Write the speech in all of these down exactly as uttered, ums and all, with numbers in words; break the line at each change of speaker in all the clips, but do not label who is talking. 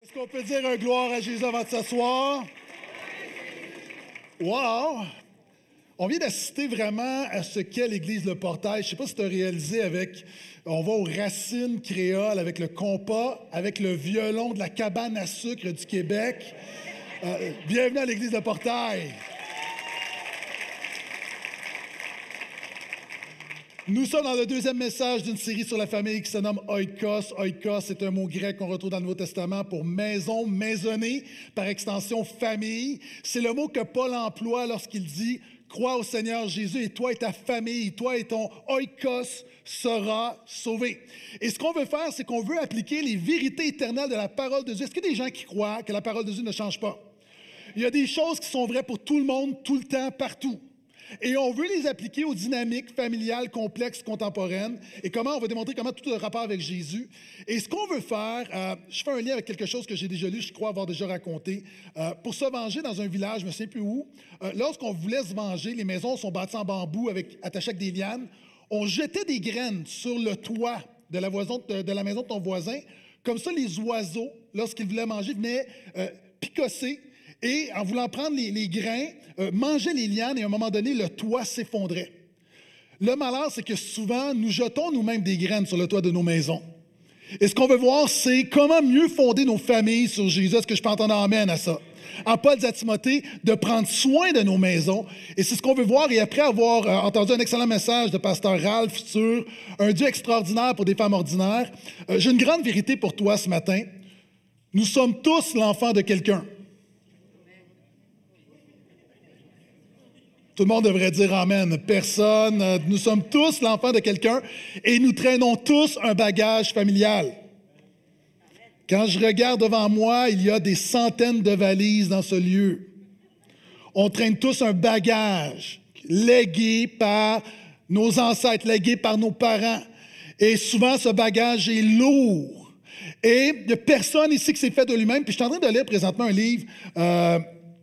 Est-ce qu'on peut dire un gloire à Jésus avant de s'asseoir? Wow! On vient d'assister vraiment à ce qu'est l'Église Le Portail. Je ne sais pas si tu as réalisé avec... On va aux racines créoles avec le compas, avec le violon de la cabane à sucre du Québec. Euh, bienvenue à l'Église Le Portail. Nous sommes dans le deuxième message d'une série sur la famille qui se nomme Oikos. Oikos, c'est un mot grec qu'on retrouve dans le Nouveau Testament pour maison, maisonnée, par extension famille. C'est le mot que Paul emploie lorsqu'il dit « Crois au Seigneur Jésus et toi et ta famille, toi et ton Oikos sera sauvé. » Et ce qu'on veut faire, c'est qu'on veut appliquer les vérités éternelles de la parole de Dieu. Est-ce qu'il y a des gens qui croient que la parole de Dieu ne change pas? Il y a des choses qui sont vraies pour tout le monde, tout le temps, partout. Et on veut les appliquer aux dynamiques familiales, complexes, contemporaines. Et comment on va démontrer comment tout a rapport avec Jésus. Et ce qu'on veut faire, euh, je fais un lien avec quelque chose que j'ai déjà lu, je crois avoir déjà raconté. Euh, pour se venger dans un village, je ne sais plus où, euh, lorsqu'on voulait se venger, les maisons sont bâties en bambou avec, attachées avec des lianes. On jetait des graines sur le toit de la, voisin, de, de la maison de ton voisin. Comme ça, les oiseaux, lorsqu'ils voulaient manger, venaient euh, picosser. Et en voulant prendre les, les grains, euh, manger les lianes, et à un moment donné, le toit s'effondrait. Le malheur, c'est que souvent, nous jetons nous-mêmes des graines sur le toit de nos maisons. Et ce qu'on veut voir, c'est comment mieux fonder nos familles sur Jésus. Est-ce que je peux entendre amène à ça? En Paul dit à Timothée de prendre soin de nos maisons. Et c'est ce qu'on veut voir. Et après avoir euh, entendu un excellent message de pasteur Ralph sur un Dieu extraordinaire pour des femmes ordinaires, euh, j'ai une grande vérité pour toi ce matin. Nous sommes tous l'enfant de quelqu'un. Tout le monde devrait dire amen. Personne. Nous sommes tous l'enfant de quelqu'un et nous traînons tous un bagage familial. Quand je regarde devant moi, il y a des centaines de valises dans ce lieu. On traîne tous un bagage légué par nos ancêtres, légué par nos parents. Et souvent, ce bagage est lourd. Et il n'y a personne ici qui s'est fait de lui-même. Puis je suis en train de lire présentement un livre... Euh,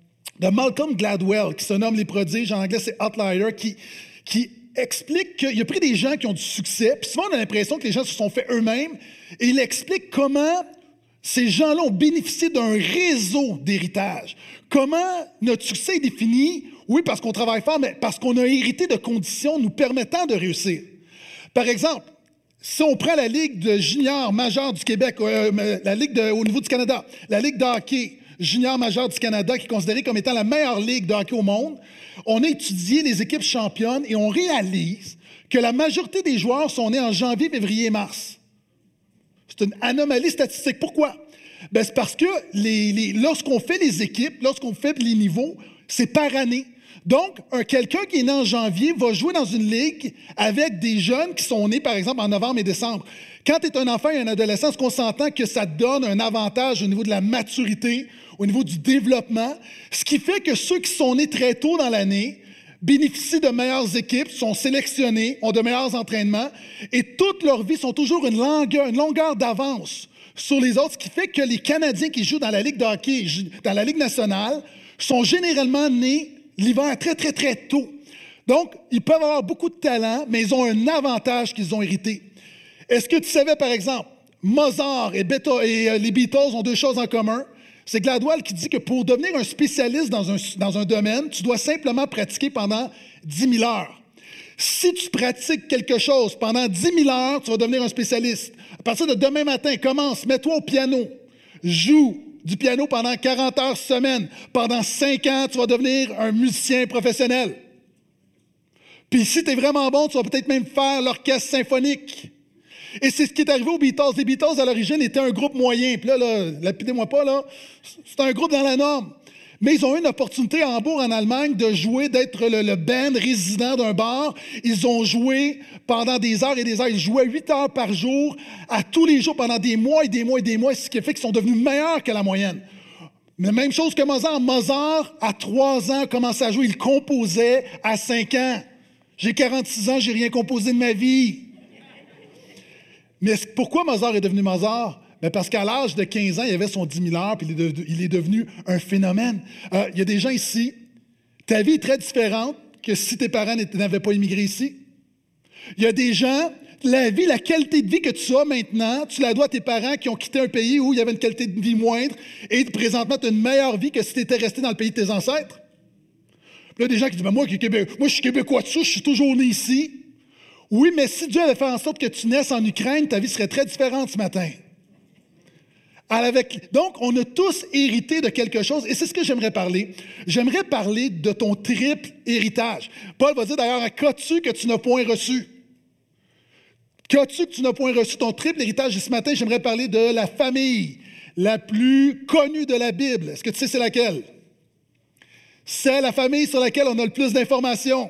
de Malcolm Gladwell, qui se nomme Les Prodiges, en anglais c'est Outlier, qui, qui explique qu'il a pris des gens qui ont du succès, puis souvent on a l'impression que les gens se sont faits eux-mêmes, et il explique comment ces gens-là ont bénéficié d'un réseau d'héritage. Comment notre succès est défini, oui, parce qu'on travaille fort, mais parce qu'on a hérité de conditions nous permettant de réussir. Par exemple, si on prend la Ligue de juniors majeure du Québec, euh, la Ligue de, au niveau du Canada, la Ligue de hockey junior majeur du Canada, qui est considérée comme étant la meilleure ligue de hockey au monde, on a étudié les équipes championnes et on réalise que la majorité des joueurs sont nés en janvier, février et mars. C'est une anomalie statistique. Pourquoi? Ben, c'est parce que les, les, lorsqu'on fait les équipes, lorsqu'on fait les niveaux, c'est par année. Donc, un, quelqu'un qui est né en janvier va jouer dans une ligue avec des jeunes qui sont nés, par exemple, en novembre et décembre. Quand tu es un enfant et un adolescent, est-ce qu'on s'entend que ça te donne un avantage au niveau de la maturité, au niveau du développement, ce qui fait que ceux qui sont nés très tôt dans l'année bénéficient de meilleures équipes, sont sélectionnés, ont de meilleurs entraînements, et toute leur vie sont toujours une longueur, une longueur d'avance sur les autres, ce qui fait que les Canadiens qui jouent dans la Ligue de hockey, dans la Ligue nationale, sont généralement nés l'hiver très, très, très tôt. Donc, ils peuvent avoir beaucoup de talent, mais ils ont un avantage qu'ils ont hérité. Est-ce que tu savais, par exemple, Mozart et, Beto- et euh, les Beatles ont deux choses en commun? C'est Gladwell qui dit que pour devenir un spécialiste dans un, dans un domaine, tu dois simplement pratiquer pendant dix mille heures. Si tu pratiques quelque chose pendant dix mille heures, tu vas devenir un spécialiste. À partir de demain matin, commence, mets-toi au piano, joue du piano pendant quarante heures semaine. Pendant cinq ans, tu vas devenir un musicien professionnel. Puis si tu es vraiment bon, tu vas peut-être même faire l'orchestre symphonique. Et c'est ce qui est arrivé aux Beatles. Les Beatles, à l'origine, étaient un groupe moyen. Puis là, là lapidez-moi pas, là, c'est un groupe dans la norme. Mais ils ont eu une opportunité à Hambourg, en Allemagne, de jouer, d'être le, le band résident d'un bar. Ils ont joué pendant des heures et des heures. Ils jouaient huit heures par jour, à tous les jours, pendant des mois et des mois et des mois, ce qui fait qu'ils sont devenus meilleurs que la moyenne. Mais même chose que Mozart. Mozart, à trois ans, commençait à jouer. Il composait à cinq ans. J'ai quarante-six ans, j'ai rien composé de ma vie. Mais pourquoi Mozart est devenu Mozart? Bien parce qu'à l'âge de quinze ans, il avait son dix mille heures, puis il est, de, il est devenu un phénomène. Euh, il y a des gens ici, ta vie est très différente que si tes parents n'avaient pas immigré ici. Il y a des gens, la vie, la qualité de vie que tu as maintenant, tu la dois à tes parents qui ont quitté un pays où il y avait une qualité de vie moindre et présentement, tu as une meilleure vie que si tu étais resté dans le pays de tes ancêtres. Puis là, des gens qui disent, ben, moi, Québé- moi, je suis québécois de ça, je suis toujours né ici. Oui, mais si Dieu avait fait en sorte que tu naisses en Ukraine, ta vie serait très différente ce matin. Avec, donc, on a tous hérité de quelque chose, et c'est ce que j'aimerais parler. J'aimerais parler de ton triple héritage. Paul va dire d'ailleurs, qu'as-tu que tu n'as point reçu? Qu'as-tu que tu n'as point reçu? Ton triple héritage. Et ce matin, j'aimerais parler de la famille la plus connue de la Bible. Est-ce que tu sais c'est laquelle? C'est la famille sur laquelle on a le plus d'informations.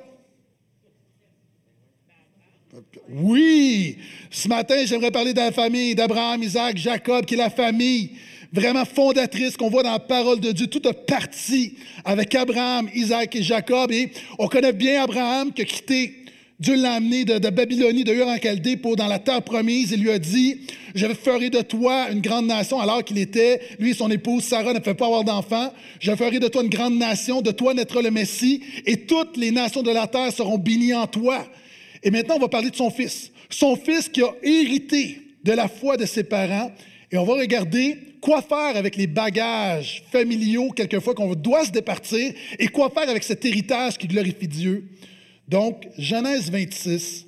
Oui! Ce matin, j'aimerais parler de la famille d'Abraham, Isaac, Jacob, qui est la famille vraiment fondatrice qu'on voit dans la parole de Dieu. Tout a parti avec Abraham, Isaac et Jacob. Et on connaît bien Abraham qui a quitté. Dieu l'a amené de, de Babylonie, de Ur en Chaldée, pour dans la terre promise. Il lui a dit, je ferai de toi une grande nation, alors qu'il était, lui et son épouse Sarah ne pouvaient pas avoir d'enfants. Je ferai de toi une grande nation, de toi naîtra le Messie, et toutes les nations de la terre seront bénies en toi. Et maintenant, on va parler de son fils. Son fils qui a hérité de la foi de ses parents. Et on va regarder quoi faire avec les bagages familiaux, quelquefois qu'on doit se départir, et quoi faire avec cet héritage qui glorifie Dieu. Donc, Genèse vingt-six,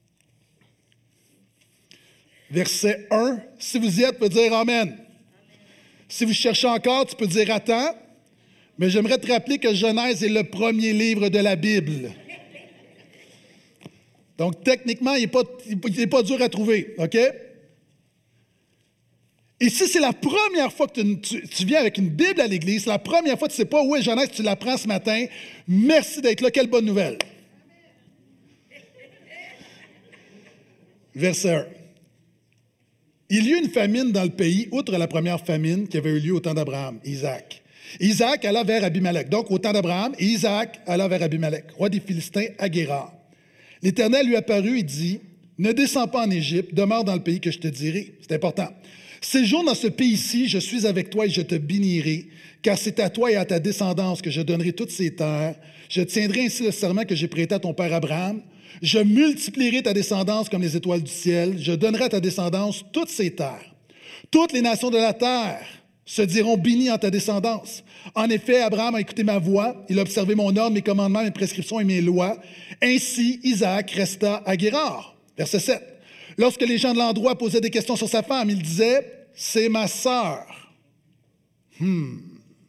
verset un. Si vous y êtes, vous pouvez dire Amen. Amen. Si vous cherchez encore, tu peux dire Attends. Mais j'aimerais te rappeler que Genèse est le premier livre de la Bible. Donc, techniquement, il n'est pas, pas dur à trouver, OK? Et si c'est la première fois que tu, tu, tu viens avec une Bible à l'Église, c'est la première fois que tu ne sais pas où est Genèse, tu l'apprends ce matin, merci d'être là. Quelle bonne nouvelle! Verset un. Il y eut une famine dans le pays, outre la première famine qui avait eu lieu au temps d'Abraham, Isaac. Isaac alla vers Abimelech. Donc, au temps d'Abraham, et Isaac alla vers Abimelech, roi des Philistins, à Guérar. L'Éternel lui apparut et dit, « Ne descends pas en Égypte, demeure dans le pays que je te dirai. » C'est important. « Séjourne dans ce pays-ci, je suis avec toi et je te bénirai, car c'est à toi et à ta descendance que je donnerai toutes ces terres. Je tiendrai ainsi le serment que j'ai prêté à ton père Abraham. Je multiplierai ta descendance comme les étoiles du ciel. Je donnerai à ta descendance toutes ces terres. Toutes les nations de la terre se diront bénies en ta descendance. En effet, Abraham a écouté ma voix, il a observé mon ordre, mes commandements, mes prescriptions et mes lois. Ainsi, Isaac resta à Guérar. » Verset sept. Lorsque les gens de l'endroit posaient des questions sur sa femme, il disait, « C'est ma sœur. » Hmm.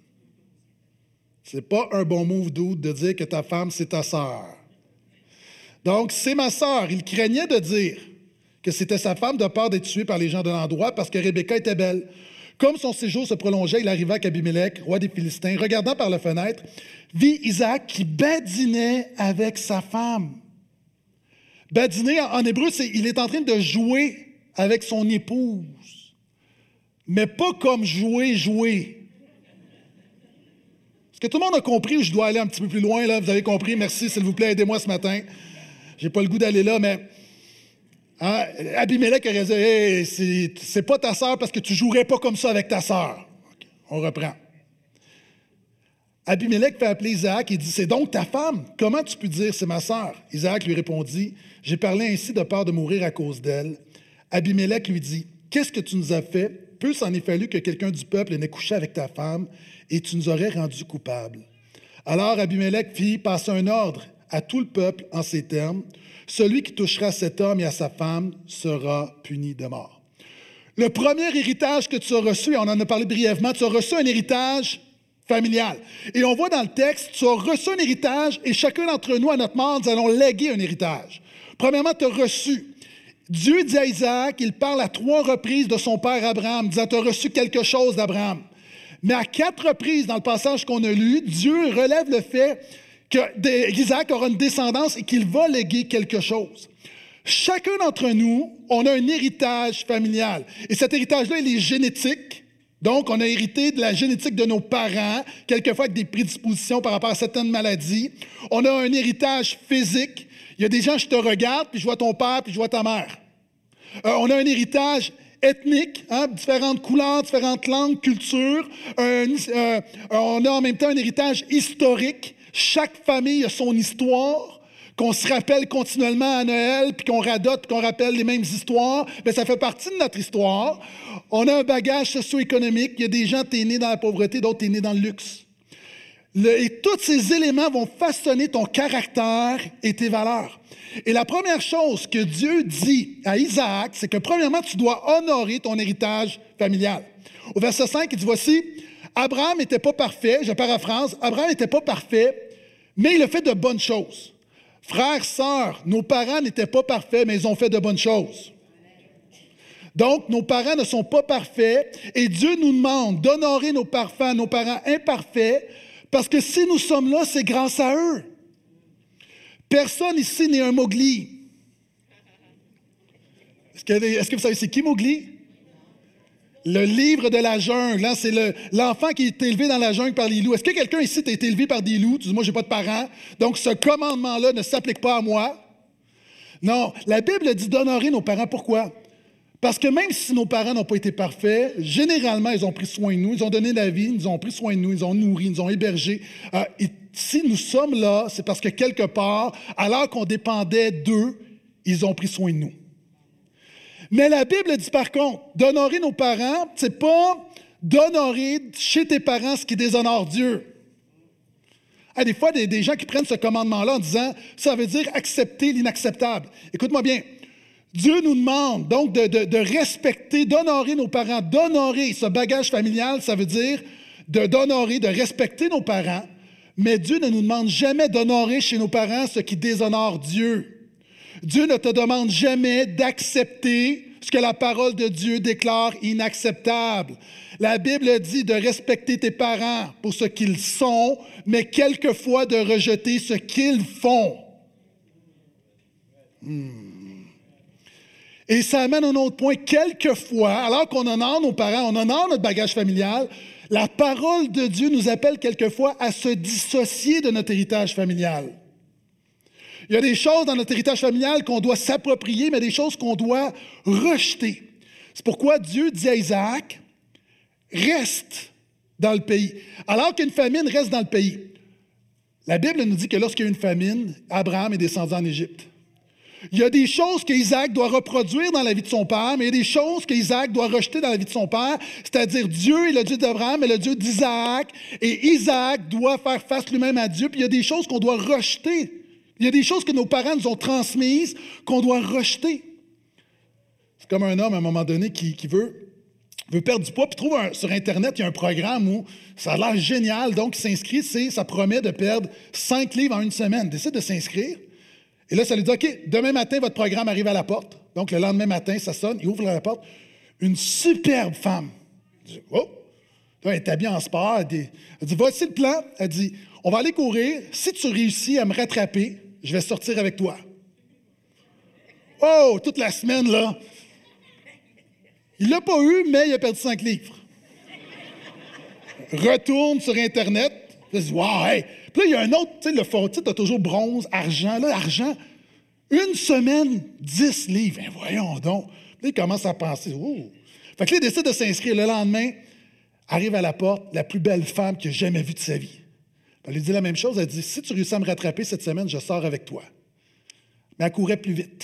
C'est pas un bon move, dude, de dire que ta femme, c'est ta sœur. Donc, c'est ma sœur. Il craignait de dire que c'était sa femme de peur d'être tuée par les gens de l'endroit parce que Rebecca était belle. Comme son séjour se prolongeait, il arriva qu'Abimelech, roi des Philistins, regardant par la fenêtre, vit Isaac qui badinait avec sa femme. Badiner, en hébreu, c'est il est en train de jouer avec son épouse. Mais pas comme jouer, jouer. Est-ce que tout le monde a compris ou je dois aller un petit peu plus loin, là? Vous avez compris? Merci, s'il vous plaît, aidez-moi ce matin. J'ai pas le goût d'aller là, mais hein, Abimelech aurait dit hey, c'est, c'est pas ta sœur parce que tu jouerais pas comme ça avec ta sœur. Okay, on reprend. Abimelech fait appeler Isaac et dit c'est donc ta femme. Comment tu peux dire c'est ma sœur? Isaac lui répondit j'ai parlé ainsi de peur de mourir à cause d'elle. Abimelech lui dit qu'est-ce que tu nous as fait? Peu s'en est fallu que quelqu'un du peuple n'ait couché avec ta femme et tu nous aurais rendus coupables. Alors Abimelech fit passer un ordre à tout le peuple en ces termes, celui qui touchera cet homme et à sa femme sera puni de mort. Le premier héritage que tu as reçu, et on en a parlé brièvement, tu as reçu un héritage familial. Et on voit dans le texte, tu as reçu un héritage et chacun d'entre nous, à notre mort, nous allons léguer un héritage. Premièrement, tu as reçu. Dieu dit à Isaac, il parle à trois reprises de son père Abraham, disant, tu as reçu quelque chose d'Abraham. Mais à quatre reprises, dans le passage qu'on a lu, Dieu relève le fait qu'Isaac aura une descendance et qu'il va léguer quelque chose. Chacun d'entre nous, on a un héritage familial. Et cet héritage-là, il est génétique. Donc, on a hérité de la génétique de nos parents, quelquefois avec des prédispositions par rapport à certaines maladies. On a un héritage physique. Il y a des gens, je te regarde, puis je vois ton père, puis je vois ta mère. Euh, on a un héritage ethnique, hein, différentes couleurs, différentes langues, cultures. Un, euh, on a en même temps un héritage historique. Chaque famille a son histoire. qu'on se rappelle continuellement à Noël, puis qu'on radote, puis qu'on rappelle les mêmes histoires, bien, ça fait partie de notre histoire. On a un bagage socio-économique. Il y a des gens, t'es né dans la pauvreté, d'autres, t'es né dans le luxe. Le, et tous ces éléments vont façonner ton caractère et tes valeurs. Et la première chose que Dieu dit à Isaac, c'est que premièrement, tu dois honorer ton héritage familial. Au verset cinq, il dit, voici, Abraham n'était pas parfait, je paraphrase, Abraham n'était pas parfait, mais il a fait de bonnes choses. Frères, sœurs, nos parents n'étaient pas parfaits, mais ils ont fait de bonnes choses. Donc, nos parents ne sont pas parfaits et Dieu nous demande d'honorer nos parents, nos parents imparfaits, parce que si nous sommes là, c'est grâce à eux. Personne ici n'est un Mowgli. Est-ce que, est-ce que vous savez c'est qui Mowgli? Le livre de la jungle, hein, c'est le, l'enfant qui est élevé dans la jungle par les loups. Est-ce que quelqu'un ici a été élevé par des loups? Tu dis, moi, je n'ai pas de parents. Donc, ce commandement-là ne s'applique pas à moi. Non, la Bible dit d'honorer nos parents. Pourquoi? Parce que même si nos parents n'ont pas été parfaits, généralement, ils ont pris soin de nous, ils ont donné la vie, ils ont pris soin de nous, ils ont nourri, ils nous ont hébergés. Euh, et si nous sommes là, c'est parce que quelque part, alors qu'on dépendait d'eux, ils ont pris soin de nous. Mais la Bible dit par contre, d'honorer nos parents, c'est pas d'honorer chez tes parents ce qui déshonore Dieu. Ah, des fois, des, des gens qui prennent ce commandement-là en disant, ça veut dire accepter l'inacceptable. Écoute-moi bien, Dieu nous demande donc de, de, de respecter, d'honorer nos parents, d'honorer ce bagage familial, ça veut dire de, d'honorer, de respecter nos parents, mais Dieu ne nous demande jamais d'honorer chez nos parents ce qui déshonore Dieu. Dieu ne te demande jamais d'accepter ce que la parole de Dieu déclare inacceptable. La Bible dit de respecter tes parents pour ce qu'ils sont, mais quelquefois de rejeter ce qu'ils font. Hmm. Et ça amène un autre point. Quelquefois, alors qu'on honore nos parents, on honore notre bagage familial, la parole de Dieu nous appelle quelquefois à se dissocier de notre héritage familial. Il y a des choses dans notre héritage familial qu'on doit s'approprier, mais des choses qu'on doit rejeter. C'est pourquoi Dieu dit à Isaac, reste dans le pays. Alors qu'une famine reste dans le pays. La Bible nous dit que lorsqu'il y a une famine, Abraham est descendu en Égypte. Il y a des choses qu'Isaac doit reproduire dans la vie de son père, mais il y a des choses qu'Isaac doit rejeter dans la vie de son père, c'est-à-dire Dieu est le Dieu d'Abraham et le Dieu d'Isaac, et Isaac doit faire face lui-même à Dieu, puis il y a des choses qu'on doit rejeter. Il y a des choses que nos parents nous ont transmises qu'on doit rejeter. C'est comme un homme, à un moment donné, qui, qui veut, veut perdre du poids, puis trouve un, sur Internet, il y a un programme où ça a l'air génial, donc il s'inscrit, c'est, ça promet de perdre cinq livres en une semaine. Il décide de s'inscrire, et là, ça lui dit, OK, demain matin, votre programme arrive à la porte. Donc, le lendemain matin, ça sonne, il ouvre la porte. Une superbe femme. Il dit, oh! Elle est habillée en sport. Elle dit, elle dit, voici le plan. Elle dit, on va aller courir. Si tu réussis à me rattraper, je vais sortir avec toi. Oh, toute la semaine, là. Il ne l'a pas eu, mais il a perdu cinq livres. Retourne sur Internet. Il se dit, wow, hey! Puis là, il y a un autre, tu sais, le fort, tu as toujours bronze, argent. Là, argent, une semaine, dix livres. Ben, voyons donc. Puis là, il commence à penser, oh. Fait que là, il décide de s'inscrire. Le lendemain, arrive à la porte, la plus belle femme qu'il a jamais vue de sa vie. Elle lui dit la même chose. Elle dit, si tu réussis à me rattraper cette semaine, je sors avec toi. Mais elle courait plus vite.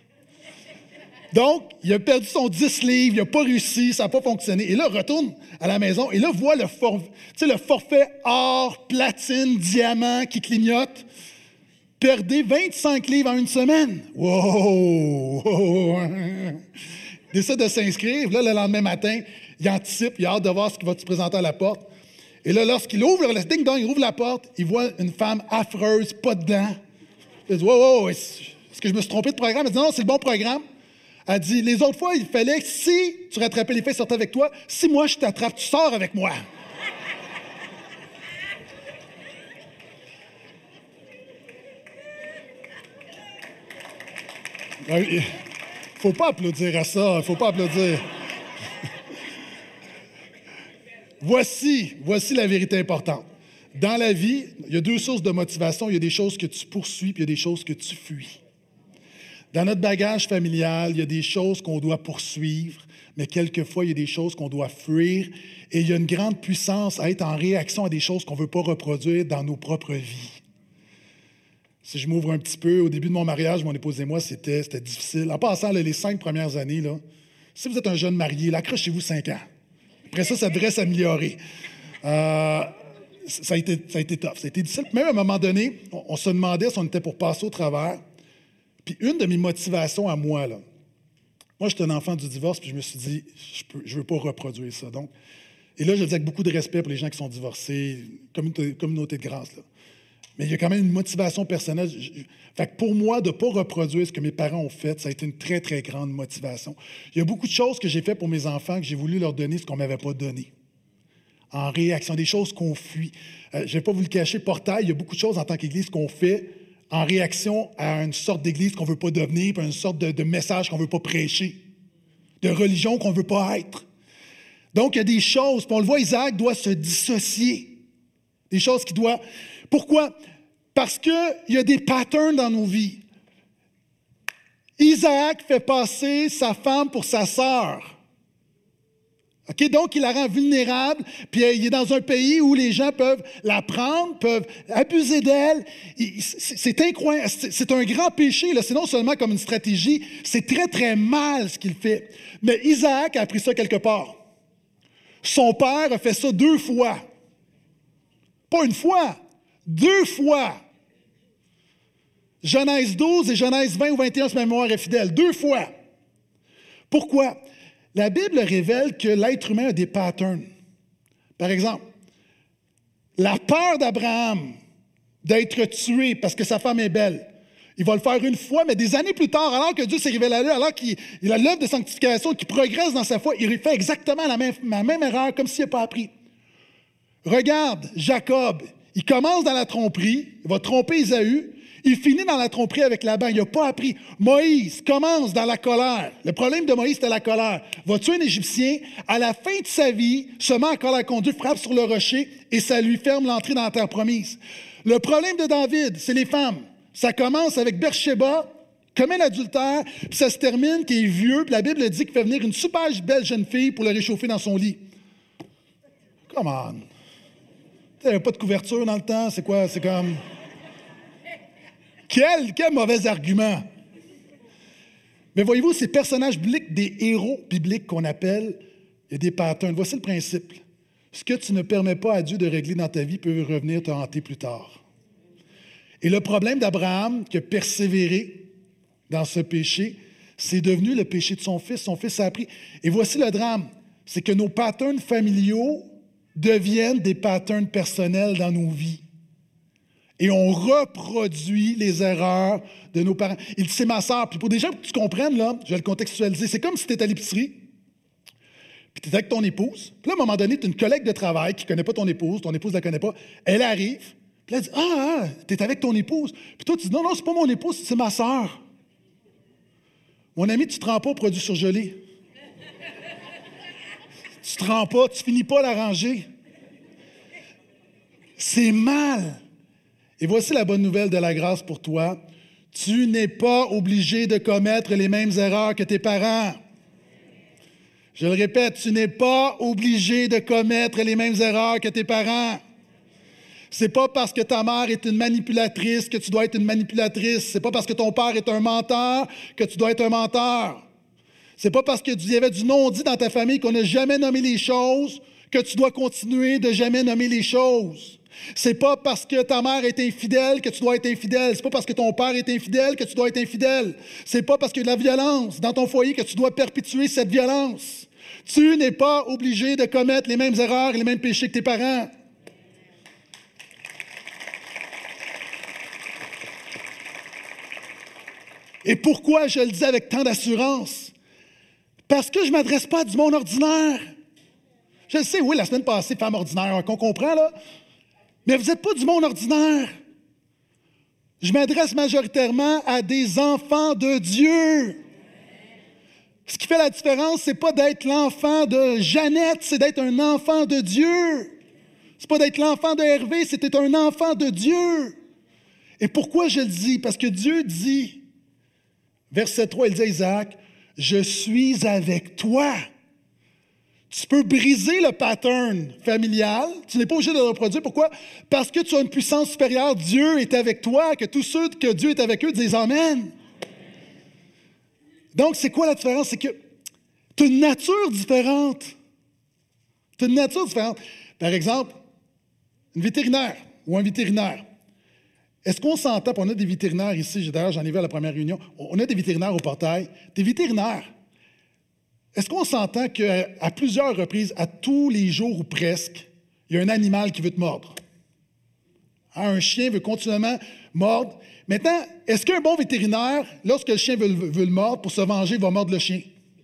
Donc, il a perdu son dix livres, il n'a pas réussi, ça n'a pas fonctionné. Et là, il retourne à la maison et là, voit le, for, le forfait or, platine, diamant qui clignote. Perdez vingt-cinq livres en une semaine. Wow! wow. Il décide de s'inscrire. Là, le lendemain matin, il anticipe, il a hâte de voir ce qui va se présenter à la porte. Et là, lorsqu'il ouvre, le ding-dong, il ouvre la porte, il voit une femme affreuse, pas de dents. Il dit, wow, wow, est-ce que je me suis trompé de programme? Elle dit, non, c'est le bon programme. Elle dit, les autres fois, il fallait que si tu rattrapais les faits, sortais avec toi, si moi je t'attrape, tu sors avec moi. Il ne faut pas applaudir à ça, il ne faut pas applaudir. Voici, voici la vérité importante. Dans la vie, il y a deux sources de motivation. Il y a des choses que tu poursuis, puis il y a des choses que tu fuis. Dans notre bagage familial, il y a des choses qu'on doit poursuivre, mais quelquefois, il y a des choses qu'on doit fuir. Et il y a une grande puissance à être en réaction à des choses qu'on ne veut pas reproduire dans nos propres vies. Si je m'ouvre un petit peu, au début de mon mariage, mon épouse et moi, c'était, c'était difficile. En passant, là, les cinq premières années, là, si vous êtes un jeune marié, là, accrochez-vous cinq ans. Après ça, ça devrait s'améliorer. Euh, ça, a été, ça a été tough, ça a été difficile. Même à un moment donné, on, on se demandait si on était pour passer au travers. Puis une de mes motivations à moi, là, moi, j'étais un enfant du divorce, puis je me suis dit, je ne veux pas reproduire ça. Donc, et là, je le dis avec beaucoup de respect pour les gens qui sont divorcés, communauté, communauté de grâce, là. Mais il y a quand même une motivation personnelle. Je, je, fait que pour moi, de ne pas reproduire ce que mes parents ont fait, ça a été une très, très grande motivation. Il y a beaucoup de choses que j'ai faites pour mes enfants, que j'ai voulu leur donner ce qu'on ne m'avait pas donné. En réaction, des choses qu'on fuit. Euh, je ne vais pas vous le cacher, Portail, il y a beaucoup de choses en tant qu'Église qu'on fait en réaction à une sorte d'Église qu'on ne veut pas devenir, puis à une sorte de, de message qu'on ne veut pas prêcher, de religion qu'on ne veut pas être. Donc, il y a des choses, puis on le voit, Isaac doit se dissocier. Des choses qui doivent... Pourquoi? Parce qu'il y a des patterns dans nos vies. Isaac fait passer sa femme pour sa sœur. Okay? Donc, il la rend vulnérable, puis il est dans un pays où les gens peuvent la prendre, peuvent abuser d'elle. C'est incroyable. C'est un grand péché. C'est non seulement comme une stratégie, c'est très, très mal ce qu'il fait. Mais Isaac a appris ça quelque part. Son père a fait ça deux fois. Pas une fois. Deux fois. Genèse douze et Genèse vingt ou vingt et un, si ma mémoire est fidèle. Deux fois. Pourquoi? La Bible révèle que l'être humain a des patterns. Par exemple, la peur d'Abraham d'être tué parce que sa femme est belle. Il va le faire une fois, mais des années plus tard, alors que Dieu s'est révélé à lui, alors qu'il il a l'œuvre de sanctification, qu'il progresse dans sa foi, il fait exactement la même, la même erreur, comme s'il n'a pas appris. Regarde, Jacob, il commence dans la tromperie, il va tromper Ésaü, il finit dans la tromperie avec Laban, il n'a pas appris. Moïse commence dans la colère. Le problème de Moïse, c'était la colère. Va tuer un Égyptien, à la fin de sa vie, se met en colère contre Dieu, frappe sur le rocher et ça lui ferme l'entrée dans la terre promise. Le problème de David, c'est les femmes. Ça commence avec Bersheba, commet l'adultère, puis ça se termine qu'il est vieux, puis la Bible dit qu'il fait venir une super belle jeune fille pour le réchauffer dans son lit. Come on. Il n'y avait pas de couverture dans le temps, c'est quoi? C'est comme... Quel, quel mauvais argument! Mais voyez-vous, ces personnages bibliques, des héros bibliques qu'on appelle, il y a des patterns. Voici le principe. Ce que tu ne permets pas à Dieu de régler dans ta vie peut revenir te hanter plus tard. Et le problème d'Abraham, qui a persévéré dans ce péché, c'est devenu le péché de son fils. Son fils a appris. Et voici le drame, c'est que nos patterns familiaux deviennent des patterns personnels dans nos vies. Et on reproduit les erreurs de nos parents. Il dit, c'est ma sœur. Puis pour des gens que tu comprennes, là, je vais le contextualiser. C'est comme si tu étais à l'épicerie, puis tu étais avec ton épouse. Puis là, à un moment donné, tu as une collègue de travail qui ne connaît pas ton épouse, ton épouse ne la connaît pas. Elle arrive, puis elle dit, ah, ah tu es avec ton épouse. Puis toi, tu dis, non, non, c'est pas mon épouse, c'est ma sœur. Mon ami, tu ne te rends pas au produit surgelé. Tu ne te rends pas, tu ne finis pas la rangée. C'est mal. Et voici la bonne nouvelle de la grâce pour toi. Tu n'es pas obligé de commettre les mêmes erreurs que tes parents. Je le répète, tu n'es pas obligé de commettre les mêmes erreurs que tes parents. C'est pas parce que ta mère est une manipulatrice que tu dois être une manipulatrice. C'est pas parce que ton père est un menteur que tu dois être un menteur. C'est pas parce qu'il y avait du non-dit dans ta famille qu'on n'a jamais nommé les choses que tu dois continuer de jamais nommer les choses. C'est pas parce que ta mère est infidèle que tu dois être infidèle. C'est pas parce que ton père est infidèle que tu dois être infidèle. C'est pas parce qu'il y a de la violence dans ton foyer que tu dois perpétuer cette violence. Tu n'es pas obligé de commettre les mêmes erreurs et les mêmes péchés que tes parents. Et pourquoi je le dis avec tant d'assurance? Parce que je ne m'adresse pas à du monde ordinaire. Je le sais, oui, la semaine passée, femme ordinaire, qu'on comprend, là. Mais vous n'êtes pas du monde ordinaire. Je m'adresse majoritairement à des enfants de Dieu. Ce qui fait la différence, ce n'est pas d'être l'enfant de Jeannette, c'est d'être un enfant de Dieu. Ce n'est pas d'être l'enfant de Hervé, c'est un enfant de Dieu. Et pourquoi je le dis? Parce que Dieu dit, verset trois, il dit à Isaac, « Je suis avec toi. Tu peux briser le pattern familial. Tu n'es pas obligé de le reproduire. Pourquoi? Parce que tu as une puissance supérieure. Dieu est avec toi, que tous ceux que Dieu est avec eux disent Amen. Donc, c'est quoi la différence? C'est que tu as une nature différente. Tu as une nature différente. Par exemple, une vétérinaire ou un vétérinaire. Est-ce qu'on s'entend, puis on a des vétérinaires ici, d'ailleurs j'en ai vu à la première réunion, on a des vétérinaires au portail, des vétérinaires. Est-ce qu'on s'entend qu'à plusieurs reprises, à tous les jours ou presque, il y a un animal qui veut te mordre? Hein, un chien veut continuellement mordre. Maintenant, est-ce qu'un bon vétérinaire, lorsque le chien veut, veut le mordre, pour se venger, va mordre le chien?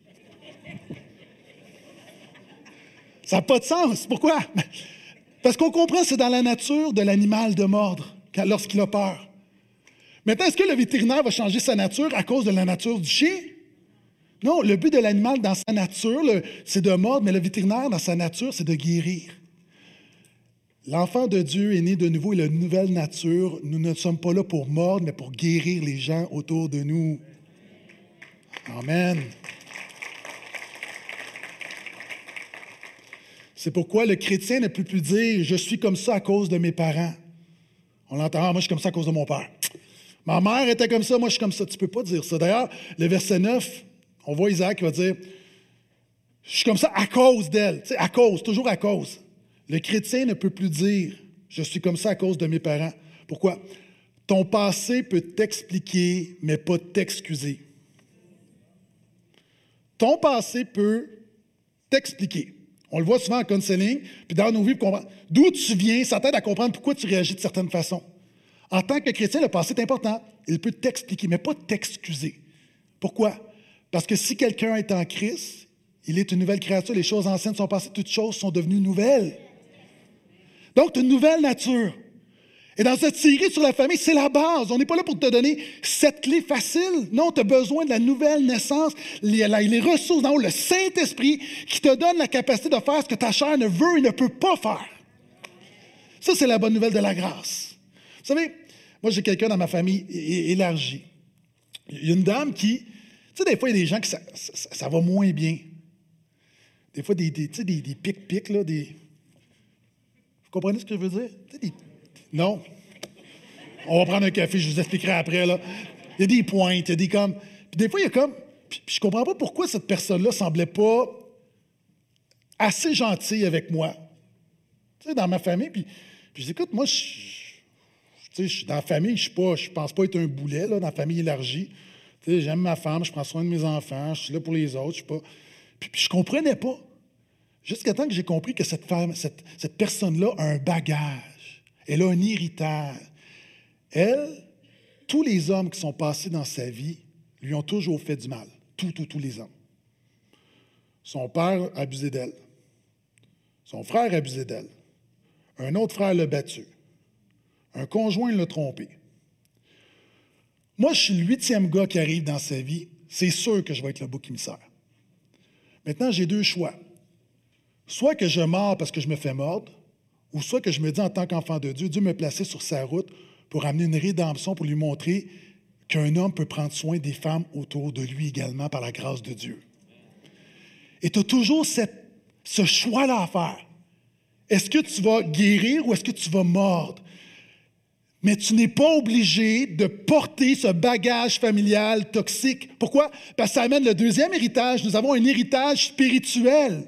Ça n'a pas de sens. Pourquoi? Parce qu'on comprend que c'est dans la nature de l'animal de mordre quand, lorsqu'il a peur. Maintenant, est-ce que le vétérinaire va changer sa nature à cause de la nature du chien? Non, le but de l'animal dans sa nature, le, c'est de mordre, mais le vétérinaire dans sa nature, c'est de guérir. L'enfant de Dieu est né de nouveau, il a une nouvelle nature. Nous ne sommes pas là pour mordre, mais pour guérir les gens autour de nous. Amen. C'est pourquoi le chrétien ne peut plus dire « je suis comme ça à cause de mes parents ». On l'entend « moi je suis comme ça à cause de mon père ». Ma mère était comme ça, moi je suis comme ça. Tu ne peux pas dire ça. D'ailleurs, le verset neuf, on voit Isaac qui va dire « je suis comme ça à cause d'elle ». Tu sais, à cause, toujours à cause. Le chrétien ne peut plus dire « je suis comme ça à cause de mes parents ». Pourquoi? Ton passé peut t'expliquer, mais pas t'excuser. Ton passé peut t'expliquer. On le voit souvent en counseling, puis dans nos vies, pour comprendre d'où tu viens, ça t'aide à comprendre pourquoi tu réagis de certaines façons. En tant que chrétien, le passé est important. Il peut t'expliquer, mais pas t'excuser. Pourquoi? Parce que si quelqu'un est en Christ, il est une nouvelle créature, les choses anciennes sont passées, toutes choses sont devenues nouvelles. Donc, tu as une nouvelle nature. Et dans cette série sur la famille, c'est la base. On n'est pas là pour te donner cette clé facile. Non, tu as besoin de la nouvelle naissance, les, les ressources d'en haut, le Saint-Esprit qui te donne la capacité de faire ce que ta chair ne veut et ne peut pas faire. Ça, c'est la bonne nouvelle de la grâce. Vous savez, moi, j'ai quelqu'un dans ma famille élargie. Il y a une dame qui, tu sais, des fois, il y a des gens qui ça, ça, ça va moins bien. Des fois, des, des, tu sais, des, des pics-pics, là, des... Vous comprenez ce que je veux dire? Tu sais, des... Non. On va prendre un café, je vous expliquerai après, là. Il y a des pointes, il y a des comme... Puis des fois, il y a comme... Puis, puis je comprends pas pourquoi cette personne-là semblait pas assez gentille avec moi. Tu sais, dans ma famille, puis, puis je dis, écoute, moi, je, tu sais, je suis dans la famille, je ne je pense pas être un boulet, là, dans la famille élargie. Tu sais, j'aime ma femme, je prends soin de mes enfants, je suis là pour les autres, je suis pas... Puis, puis je comprenais pas. Jusqu'à temps que j'ai compris que cette femme, cette, cette personne-là a un bagage. Elle a un héritage. Elle, tous les hommes qui sont passés dans sa vie lui ont toujours fait du mal. Tous, tous, tous les hommes. Son père a abusé d'elle. Son frère a abusé d'elle. Un autre frère l'a battu. Un conjoint l'a trompé. Moi, je suis le huitième gars qui arrive dans sa vie. C'est sûr que je vais être le bouc émissaire. Maintenant, j'ai deux choix. Soit que je mords parce que je me fais mordre, ou soit que je me dis en tant qu'enfant de Dieu, Dieu me plaçait sur sa route pour amener une rédemption, pour lui montrer qu'un homme peut prendre soin des femmes autour de lui également par la grâce de Dieu. Et tu as toujours cette, ce choix-là à faire. Est-ce que tu vas guérir ou est-ce que tu vas mordre? Mais tu n'es pas obligé de porter ce bagage familial toxique. Pourquoi? Parce que ça amène le deuxième héritage. Nous avons un héritage spirituel.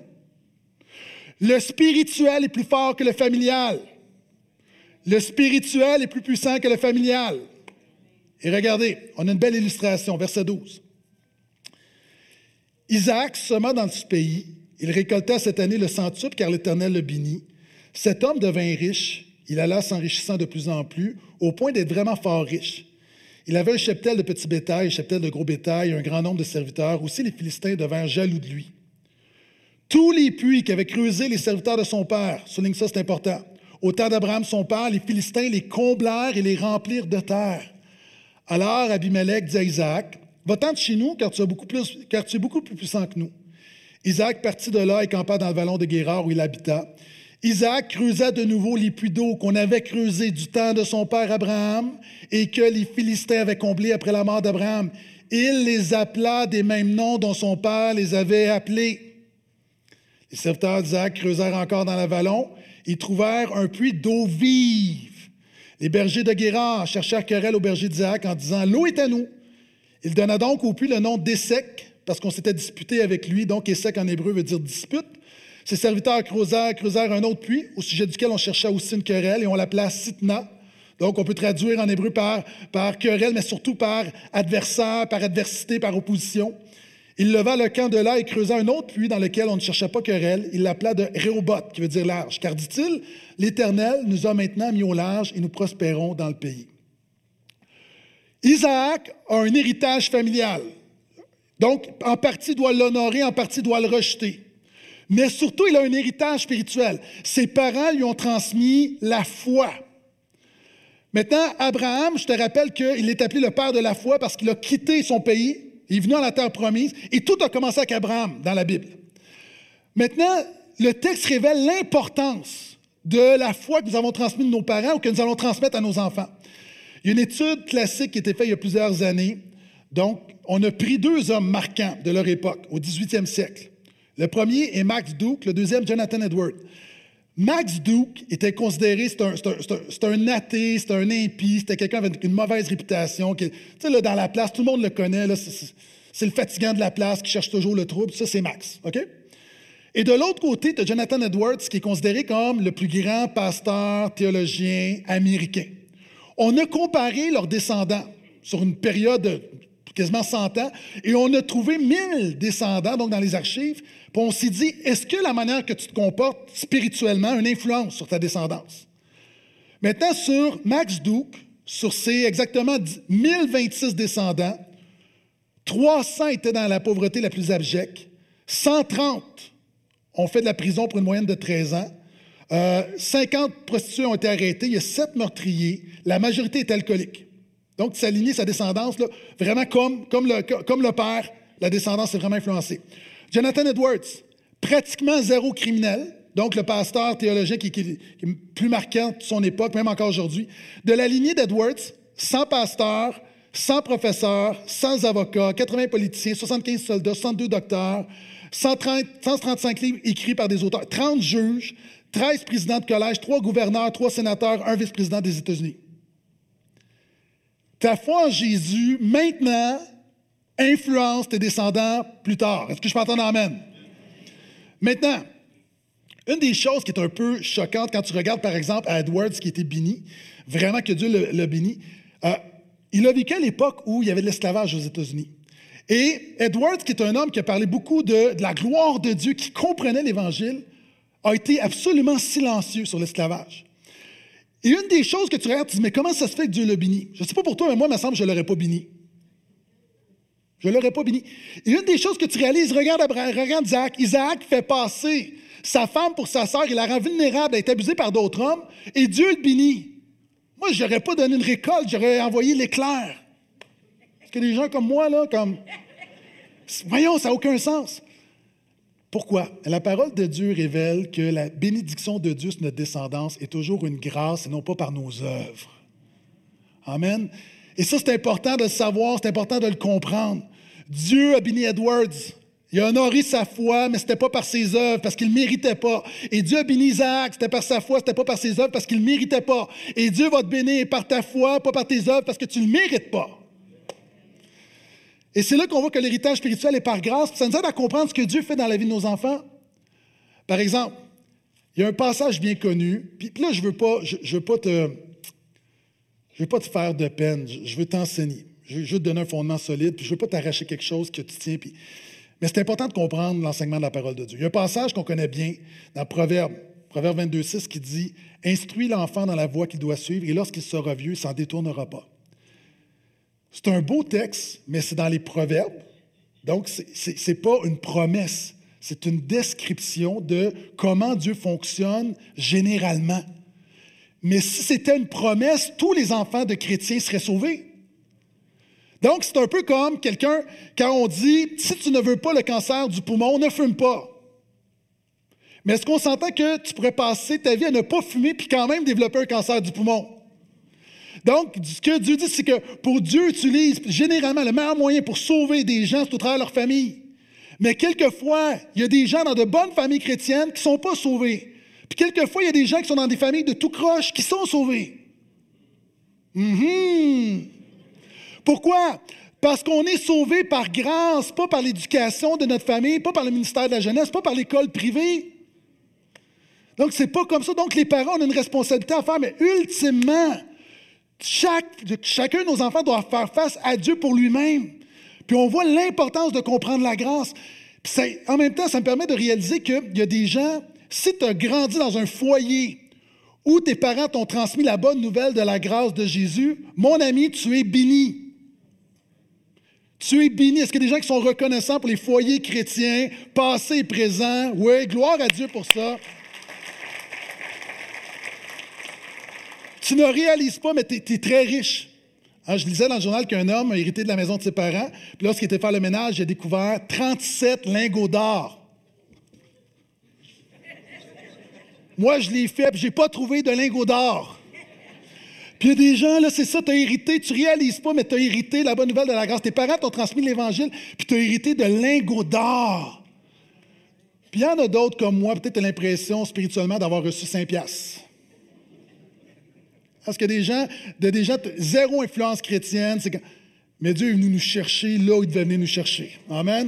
Le spirituel est plus fort que le familial. Le spirituel est plus puissant que le familial. Et regardez, on a une belle illustration, verset douze. Isaac sema dans ce pays. Il récolta cette année le centuple, car l'Éternel le bénit. Cet homme devint riche. Il alla s'enrichissant de plus en plus, au point d'être vraiment fort riche. Il avait un cheptel de petits bétail, un cheptel de gros bétail, un grand nombre de serviteurs. Aussi, les Philistins devinrent jaloux de lui. Tous les puits qu'avaient creusés les serviteurs de son père, souligne ça, c'est important. Au temps d'Abraham, son père, les Philistins les comblèrent et les remplirent de terre. Alors Abimelech dit à Isaac, « Va-t'en de chez nous, car tu, as beaucoup plus, car tu es beaucoup plus puissant que nous. » Isaac partit de là et campa dans le vallon de Guérar où il habita. Isaac creusa de nouveau les puits d'eau qu'on avait creusés du temps de son père Abraham et que les Philistins avaient comblés après la mort d'Abraham. Il les appela des mêmes noms dont son père les avait appelés. Les serviteurs d'Isaac creusèrent encore dans l'Avalon. Ils trouvèrent un puits d'eau vive. Les bergers de Guérar cherchèrent querelle au berger d'Isaac en disant « L'eau est à nous ». Il donna donc au puits le nom d'Essek, parce qu'on s'était disputé avec lui. Donc, Essek en hébreu veut dire dispute. Ses serviteurs creusèrent, creusèrent un autre puits, au sujet duquel on cherchait aussi une querelle, et on l'appela Sitna. Donc, on peut traduire en hébreu par, par querelle, mais surtout par adversaire, par adversité, par opposition. Il leva le camp de là et creusa un autre puits dans lequel on ne cherchait pas querelle. Il l'appela de Rehoboth, qui veut dire large. Car, dit-il, l'Éternel nous a maintenant mis au large et nous prospérons dans le pays. Isaac a un héritage familial. Donc, en partie, doit l'honorer, en partie, doit le rejeter. Mais surtout, il a un héritage spirituel. Ses parents lui ont transmis la foi. Maintenant, Abraham, je te rappelle qu'il est appelé le père de la foi parce qu'il a quitté son pays, il est venu à la terre promise, et tout a commencé avec Abraham dans la Bible. Maintenant, le texte révèle l'importance de la foi que nous avons transmise de nos parents ou que nous allons transmettre à nos enfants. Il y a une étude classique qui a été faite il y a plusieurs années. Donc, on a pris deux hommes marquants de leur époque, au dix-huitième siècle. Le premier est Max Duke, le deuxième, Jonathan Edwards. Max Duke était considéré, c'est un, c'est un, c'est un, c'est un athée, c'est un impie, c'était quelqu'un avec une mauvaise réputation. Tu sais, là, dans la place, tout le monde le connaît, là, c'est, c'est, c'est le fatigant de la place qui cherche toujours le trouble. Ça, c'est Max, OK? Et de l'autre côté, tu as Jonathan Edwards, qui est considéré comme le plus grand pasteur théologien américain. On a comparé leurs descendants sur une période de quasiment cent ans, et on a trouvé mille descendants, donc dans les archives, puis on s'est dit, est-ce que la manière que tu te comportes spirituellement a une influence sur ta descendance? Maintenant, sur Max Duke, sur ses exactement mille vingt-six descendants, trois cents étaient dans la pauvreté la plus abjecte, cent trente ont fait de la prison pour une moyenne de treize ans, euh, cinquante prostituées ont été arrêtées, il y a sept meurtriers, la majorité est alcoolique. Donc, s'aligner sa descendance, là, vraiment comme, comme, le, comme le père, la descendance est vraiment influencée. Jonathan Edwards, pratiquement zéro criminel, donc le pasteur théologien qui, qui, qui est plus marquant de son époque, même encore aujourd'hui. De la lignée d'Edwards, cent pasteurs, cent professeurs, cent avocats, quatre-vingts politiciens, soixante-quinze soldats, soixante-deux docteurs, cent trente, cent trente-cinq livres écrits par des auteurs, trente juges, treize présidents de collège, trois gouverneurs, trois sénateurs, un vice-président des États-Unis. Ta foi en Jésus, maintenant, influence tes descendants plus tard. Est-ce que je peux entendre amen? Maintenant, une des choses qui est un peu choquante quand tu regardes, par exemple, à Edwards, qui était béni, vraiment que Dieu le, le bénit, euh, il a vécu à l'époque où il y avait de l'esclavage aux États-Unis. Et Edwards, qui est un homme qui a parlé beaucoup de, de la gloire de Dieu, qui comprenait l'Évangile, a été absolument silencieux sur l'esclavage. Et une des choses que tu regardes, tu dis, mais comment ça se fait que Dieu l'a béni? Je ne sais pas pour toi, mais moi, il me semble que je ne l'aurais pas béni. Je ne l'aurais pas béni. Et une des choses que tu réalises, regarde, Abraham, regarde Isaac. Isaac fait passer sa femme pour sa sœur, il la rend vulnérable à être abusée par d'autres hommes, et Dieu le bénit. Moi, je n'aurais pas donné une récolte, j'aurais envoyé l'éclair. Parce que des gens comme moi, là, comme... Voyons, ça n'a aucun sens. Pourquoi? La parole de Dieu révèle que la bénédiction de Dieu sur notre descendance est toujours une grâce et non pas par nos œuvres. Amen. Et ça, c'est important de le savoir, c'est important de le comprendre. Dieu a béni Edwards. Il a honoré sa foi, mais ce n'était pas par ses œuvres, parce qu'il ne méritait pas. Et Dieu a béni Isaac, c'était par sa foi, ce n'était pas par ses œuvres, parce qu'il ne méritait pas. Et Dieu va te bénir par ta foi, pas par tes œuvres, parce que tu ne le mérites pas. Et c'est là qu'on voit que l'héritage spirituel est par grâce. Ça nous aide à comprendre ce que Dieu fait dans la vie de nos enfants. Par exemple, il y a un passage bien connu, puis là, je ne veux pas, je, je veux pas te, je veux pas te faire de peine, je, je veux t'enseigner. Je veux juste te donner un fondement solide, puis je ne veux pas t'arracher quelque chose que tu tiens. Puis... Mais c'est important de comprendre l'enseignement de la parole de Dieu. Il y a un passage qu'on connaît bien dans Proverbe, Proverbe vingt-deux six, qui dit « Instruis l'enfant dans la voie qu'il doit suivre, et lorsqu'il sera vieux, il ne s'en détournera pas. » C'est un beau texte, mais c'est dans les Proverbes. Donc, ce n'est pas une promesse. C'est une description de comment Dieu fonctionne généralement. Mais si c'était une promesse, tous les enfants de chrétiens seraient sauvés. Donc, c'est un peu comme quelqu'un, quand on dit « Si tu ne veux pas le cancer du poumon, ne fume pas. » Mais est-ce qu'on s'entend que tu pourrais passer ta vie à ne pas fumer puis quand même développer un cancer du poumon? Donc, ce que Dieu dit, c'est que pour Dieu utilise généralement le meilleur moyen pour sauver des gens, c'est au travers de leur famille. Mais quelquefois, il y a des gens dans de bonnes familles chrétiennes qui ne sont pas sauvés. Puis quelquefois, il y a des gens qui sont dans des familles de tout croche qui sont sauvés. Mm-hmm. Pourquoi? Parce qu'on est sauvé par grâce, pas par l'éducation de notre famille, pas par le ministère de la jeunesse, pas par l'école privée. Donc, c'est pas comme ça. Donc, les parents ont une responsabilité à faire, mais ultimement, chaque, chacun de nos enfants doit faire face à Dieu pour lui-même. Puis on voit l'importance de comprendre la grâce. Puis ça, en même temps, ça me permet de réaliser qu'il y a des gens, si tu as grandi dans un foyer où tes parents t'ont transmis la bonne nouvelle de la grâce de Jésus, mon ami, tu es béni. Tu es béni. Est-ce qu'il y a des gens qui sont reconnaissants pour les foyers chrétiens, passés et présents? Oui, gloire à Dieu pour ça. Tu ne réalises pas, mais tu es, es très riche. Hein, je lisais dans le journal qu'un homme a hérité de la maison de ses parents, puis lorsqu'il était faire le ménage, il a découvert trente-sept lingots d'or. Moi, je l'ai fait, puis je n'ai pas trouvé de lingots d'or. Puis il y a des gens, là, c'est ça, tu as hérité, tu ne réalises pas, mais tu as hérité la bonne nouvelle de la grâce. Tes parents t'ont transmis l'Évangile, puis tu as hérité de lingots d'or. Puis il y en a d'autres comme moi, peut-être tu as l'impression spirituellement d'avoir reçu cinq piastres. Parce qu'il y a des gens, de, des gens, zéro influence chrétienne, c'est que, mais Dieu est venu nous chercher là où il devait venir nous chercher. Amen.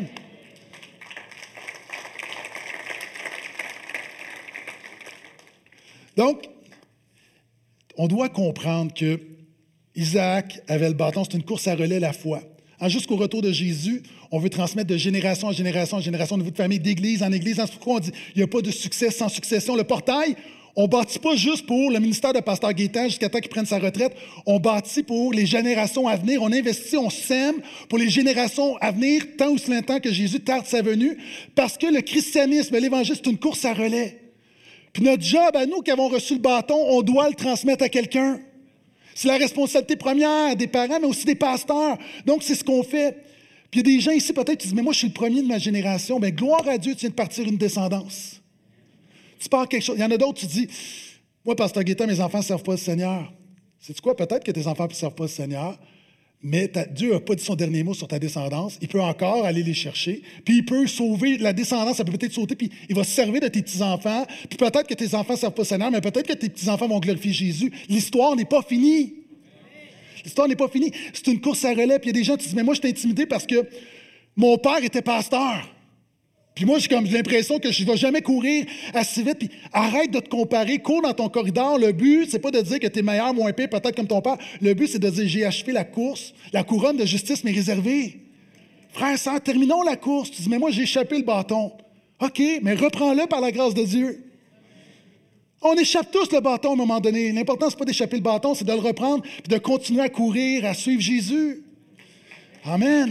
Donc, on doit comprendre que Isaac avait le bâton, c'est une course à relais la foi. Hein, jusqu'au retour de Jésus, on veut transmettre de génération en génération en génération au niveau de famille, d'église en église. C'est pourquoi on dit il n'y a pas de succès sans succession. Le portail, on ne bâtit pas juste pour le ministère de Pasteur Gaétan jusqu'à temps qu'il prenne sa retraite. On bâtit pour les générations à venir. On investit, on sème pour les générations à venir, tant ou si longtemps que Jésus tarde sa venue. Parce que le christianisme, l'Évangile, c'est une course à relais. Puis notre job, à nous qui avons reçu le bâton, on doit le transmettre à quelqu'un. C'est la responsabilité première des parents, mais aussi des pasteurs. Donc, c'est ce qu'on fait. Puis il y a des gens ici, peut-être, qui disent, mais moi, je suis le premier de ma génération. Bien, gloire à Dieu, tu viens de partir une descendance. Tu pars quelque chose. Il y en a d'autres, tu dis, moi, Pasteur Gaétan, mes enfants ne servent pas le Seigneur. Sais-tu quoi? Peut-être que tes enfants ne servent pas le Seigneur, mais ta, Dieu n'a pas dit son dernier mot sur ta descendance. Il peut encore aller les chercher. Puis il peut sauver la descendance, ça peut peut-être sauter, puis il va se servir de tes petits-enfants. Puis peut-être que tes enfants ne servent pas le Seigneur, mais peut-être que tes petits-enfants vont glorifier Jésus. L'histoire n'est pas finie. L'histoire n'est pas finie. C'est une course à relais. Puis il y a des gens qui disent, mais moi, je suis intimidé parce que mon père était pasteur. Puis moi, j'ai comme l'impression que je ne vais jamais courir assez vite. Puis arrête de te comparer, cours dans ton corridor. Le but, c'est pas de dire que tu es meilleur, moins pire, peut-être comme ton père. Le but, c'est de dire, j'ai achevé la course. La couronne de justice m'est réservée. Frère, sœur, terminons la course. Tu dis, mais moi, j'ai échappé le bâton. OK, mais reprends-le par la grâce de Dieu. On échappe tous le bâton à un moment donné. L'important, ce n'est pas d'échapper le bâton, c'est de le reprendre et de continuer à courir, à suivre Jésus. Amen.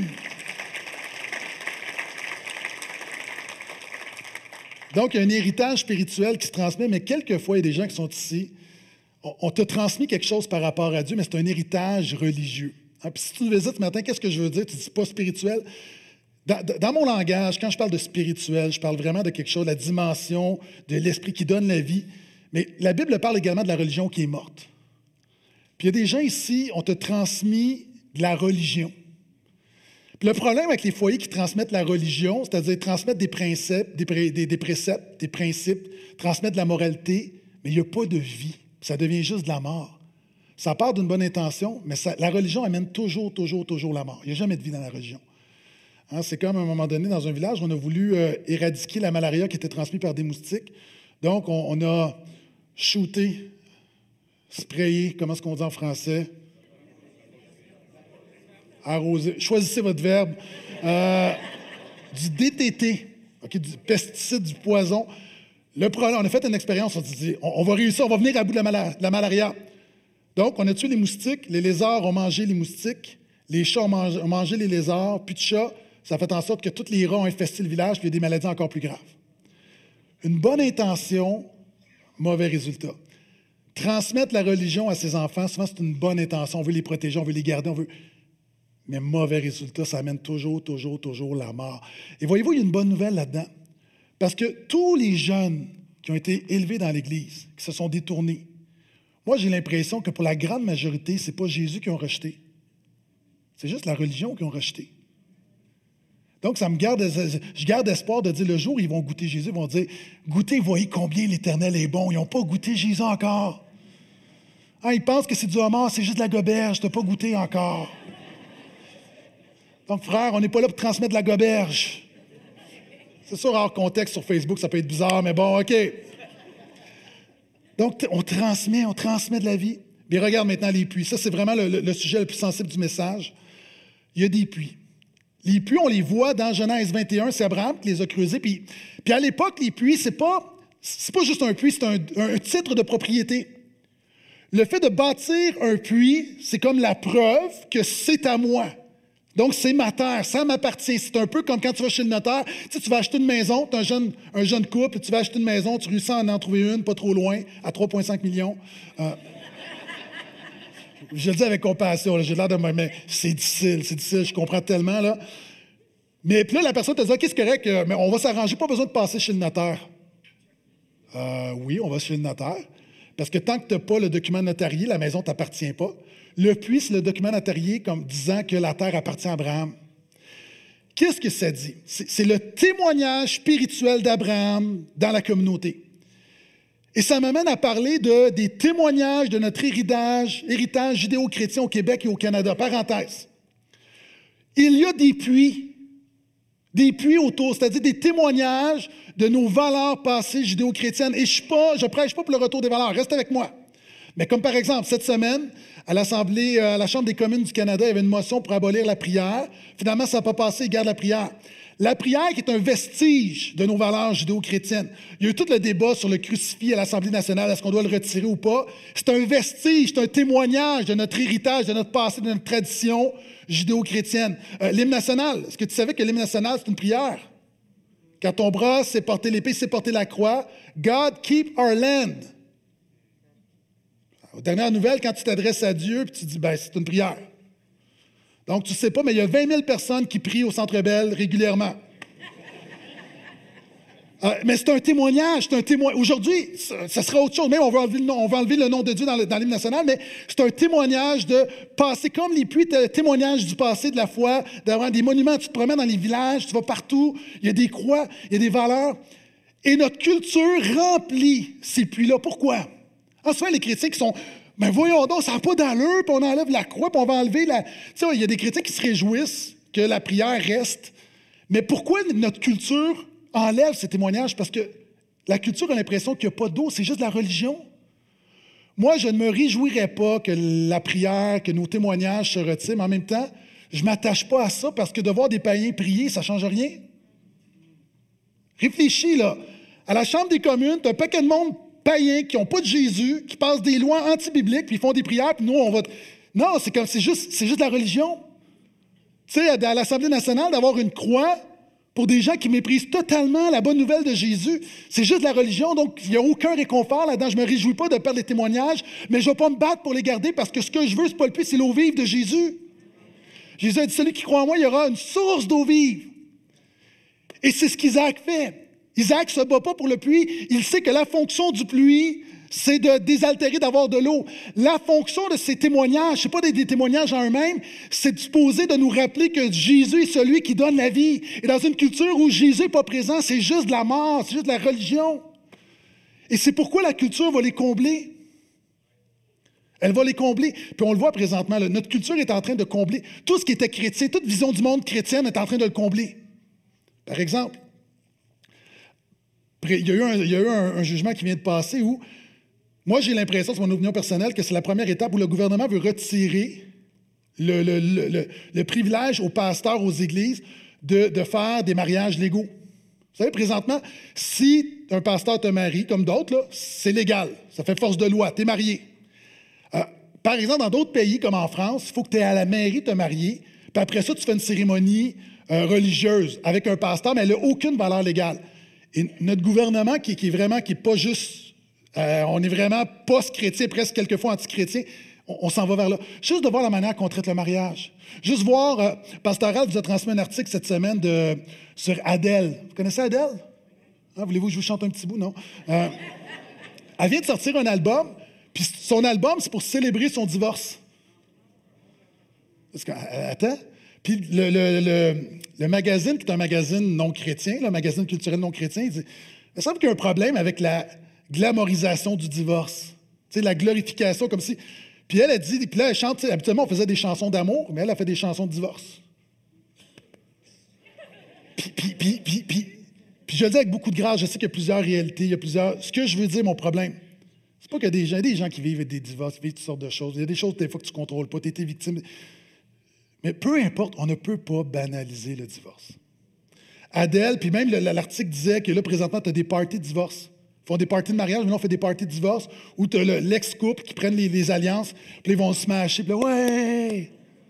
Donc, il y a un héritage spirituel qui se transmet, mais quelquefois, il y a des gens qui sont ici. On, on t'a transmis quelque chose par rapport à Dieu, mais c'est un héritage religieux. Hein, puis si tu nous visites ce matin, qu'est-ce que je veux dire? Tu dis pas spirituel. Dans, dans mon langage, quand je parle de spirituel, je parle vraiment de quelque chose, de la dimension de l'esprit qui donne la vie. Mais la Bible parle également de la religion qui est morte. Puis il y a des gens ici, on t'a transmis de la religion. Puis le problème avec les foyers qui transmettent la religion, c'est-à-dire transmettre des principes, des, pré, des, des préceptes, des principes, transmettre de la moralité, mais il n'y a pas de vie. Ça devient juste de la mort. Ça part d'une bonne intention, mais ça, la religion amène toujours, toujours, toujours la mort. Il n'y a jamais de vie dans la religion. Hein, c'est comme à un moment donné, dans un village, on a voulu euh, éradiquer la malaria qui était transmise par des moustiques. Donc, on, on a shooté, sprayé, comment est-ce qu'on dit en français? Arroser. Choisissez votre verbe. Euh, du D T T, okay, du pesticide, du poison. Le problème, on a fait une expérience, on s'est dit, on, on va réussir, on va venir à bout de la, mala- de la malaria. Donc, on a tué les moustiques, les lézards ont mangé les moustiques, les chats ont mangé, ont mangé les lézards, puis de chats, ça a fait en sorte que tous les rats ont infesté le village, puis il y a des maladies encore plus graves. Une bonne intention, mauvais résultat. Transmettre la religion à ses enfants, souvent c'est une bonne intention, on veut les protéger, on veut les garder, on veut... Mais mauvais résultat, ça amène toujours, toujours, toujours la mort. Et voyez-vous, il y a une bonne nouvelle là-dedans. Parce que tous les jeunes qui ont été élevés dans l'Église, qui se sont détournés, moi, j'ai l'impression que pour la grande majorité, ce n'est pas Jésus qu'ils ont rejeté. C'est juste la religion qu'ils ont rejeté. Donc, ça me garde, je garde espoir de dire le jour où ils vont goûter Jésus, ils vont dire, goûtez, voyez combien l'Éternel est bon. Ils n'ont pas goûté Jésus encore. Ah, ils pensent que c'est du homard, c'est juste de la goberge, tu n'as pas goûté encore. Donc, frère, on n'est pas là pour transmettre de la goberge. C'est sûr, hors contexte sur Facebook, ça peut être bizarre, mais bon, OK. Donc, on transmet, on transmet de la vie. Mais regarde maintenant les puits. Ça, c'est vraiment le, le, le sujet le plus sensible du message. Il y a des puits. Les puits, on les voit dans Genèse vingt et un, c'est Abraham qui les a creusés. Puis, puis à l'époque, les puits, ce n'est pas, c'est pas juste un puits, c'est un, un titre de propriété. Le fait de bâtir un puits, c'est comme la preuve que c'est à moi. Donc, c'est ma terre, ça m'appartient. C'est un peu comme quand tu vas chez le notaire. Tu sais, tu vas acheter une maison, tu es un jeune, un jeune couple, tu vas acheter une maison, tu réussis à en, en trouver une, pas trop loin, à trois virgule cinq millions. Euh, Je le dis avec compassion, là, j'ai l'air de me... Mais c'est difficile, c'est difficile, je comprends tellement, là. Mais puis là, la personne te dit, OK, c'est correct, euh, mais on va s'arranger, pas besoin de passer chez le notaire. Euh, oui, on va chez le notaire. Parce que tant que tu n'as pas le document notarié, la maison ne t'appartient pas. Le puits, c'est le document notarié comme disant que la terre appartient à Abraham. Qu'est-ce que ça dit? C'est, c'est le témoignage spirituel d'Abraham dans la communauté. Et ça m'amène à parler de, des témoignages de notre héritage, héritage judéo-chrétien au Québec et au Canada. Parenthèse. Il y a des puits, des puits autour, c'est-à-dire des témoignages de nos valeurs passées judéo-chrétiennes. Et je ne prêche pas pour le retour des valeurs, reste avec moi. Mais comme par exemple, cette semaine, à l'Assemblée, à la Chambre des communes du Canada, il y avait une motion pour abolir la prière. Finalement, ça n'a pas passé, ils gardent la prière. La prière qui est un vestige de nos valeurs judéo-chrétiennes. Il y a eu tout le débat sur le crucifix à l'Assemblée nationale, est-ce qu'on doit le retirer ou pas? C'est un vestige, c'est un témoignage de notre héritage, de notre passé, de notre tradition judéo-chrétienne. Euh, l'hymne national, est-ce que tu savais que l'hymne national, c'est une prière? Quand ton bras, c'est porter l'épée, c'est porter la croix. God, keep our land. Aux dernières nouvelles, quand tu t'adresses à Dieu, puis tu dis, ben, c'est une prière. Donc, tu ne sais pas, mais il y a vingt mille personnes qui prient au Centre Bell régulièrement. Euh, mais c'est un témoignage, c'est un témoignage. Aujourd'hui, ça, ça sera autre chose. Même on va enlever le nom, on va enlever le nom de Dieu dans, le, dans l'hymne national, mais c'est un témoignage de passer, comme les puits, un témoignage du passé, de la foi, d'avoir des monuments. Tu te promènes dans les villages, tu vas partout, il y a des croix, il y a des valeurs. Et notre culture remplit ces puits-là. Pourquoi? En soi, les chrétiens qui sont... Mais voyons donc, ça n'a pas d'allure, puis on enlève la croix, puis on va enlever la... Tu sais, il y a des chrétiens qui se réjouissent que la prière reste. Mais pourquoi notre culture enlève ces témoignages? Parce que la culture a l'impression qu'il n'y a pas d'eau, c'est juste de la religion. Moi, je ne me réjouirais pas que la prière, que nos témoignages se retirent, mais en même temps, je ne m'attache pas à ça parce que de voir des païens prier, ça ne change rien. Réfléchis, là. À la Chambre des communes, tu as un paquet de monde païens qui n'ont pas de Jésus, qui passent des lois anti-bibliques, puis ils font des prières, puis nous, on va... Non, c'est comme, c'est juste, c'est juste la religion. Tu sais, à l'Assemblée nationale, d'avoir une croix pour des gens qui méprisent totalement la bonne nouvelle de Jésus, c'est juste la religion, donc il n'y a aucun réconfort là-dedans. Je ne me réjouis pas de perdre les témoignages, mais je ne vais pas me battre pour les garder parce que ce que je veux, ce n'est pas le puits, c'est l'eau vive de Jésus. Jésus a dit, celui qui croit en moi, il y aura une source d'eau vive. Et c'est ce qu'Isaac fait. Isaac ne se bat pas pour le puits. Il sait que la fonction du puits, c'est de désaltérer, d'avoir de l'eau. La fonction de ces témoignages, ce n'est pas des, des témoignages en eux-mêmes, c'est de supposer de nous rappeler que Jésus est celui qui donne la vie. Et dans une culture où Jésus n'est pas présent, c'est juste de la mort, c'est juste de la religion. Et c'est pourquoi la culture va les combler. Elle va les combler. Puis on le voit présentement, là, notre culture est en train de combler. Tout ce qui était chrétien, toute vision du monde chrétienne est en train de le combler. Par exemple, il y a eu, un, il y a eu un, un jugement qui vient de passer où, moi j'ai l'impression, c'est mon opinion personnelle, que c'est la première étape où le gouvernement veut retirer le, le, le, le, le privilège aux pasteurs, aux églises, de, de faire des mariages légaux. Vous savez, présentement, si un pasteur te marie, comme d'autres, là, c'est légal. Ça fait force de loi. Tu es marié. Euh, par exemple, dans d'autres pays, comme en France, il faut que tu aies à la mairie te marier, puis après ça, tu fais une cérémonie euh, religieuse avec un pasteur, mais elle n'a aucune valeur légale. Et notre gouvernement, qui, qui est vraiment, qui n'est pas juste, euh, on est vraiment post-chrétien, presque quelquefois anti-chrétien, on, on s'en va vers là. Juste de voir la manière qu'on traite le mariage. Juste voir, euh, Pasteur Al vous a transmis un article cette semaine de, sur Adèle. Vous connaissez Adèle? Hein, voulez-vous que je vous chante un petit bout? Non. Euh, elle vient de sortir un album, puis son album, c'est pour célébrer son divorce. Parce que, attends. Puis le, le, le, le magazine, qui est un magazine non chrétien, le magazine culturel non chrétien, il dit, il me semble qu'il y a un problème avec la glamorisation du divorce. Tu sais, la glorification, comme si... Puis elle a dit, puis là, elle chante, habituellement, on faisait des chansons d'amour, mais elle a fait des chansons de divorce. Puis, puis, puis, puis, puis, puis je le dis avec beaucoup de grâce, je sais qu'il y a plusieurs réalités, il y a plusieurs... Ce que je veux dire, mon problème, c'est pas qu'il y a des gens, des gens qui vivent des divorces, qui vivent toutes sortes de choses. Il y a des choses, des fois, que tu ne contrôles pas, tu as été victime. Mais peu importe, on ne peut pas banaliser le divorce. Adèle, puis même l'article disait que là, présentement, tu as des parties de divorce. Ils font des parties de mariage, mais là, on fait des parties de divorce où tu as l'ex-couple qui prennent les, les alliances, puis ils vont se smasher, puis là, ouais!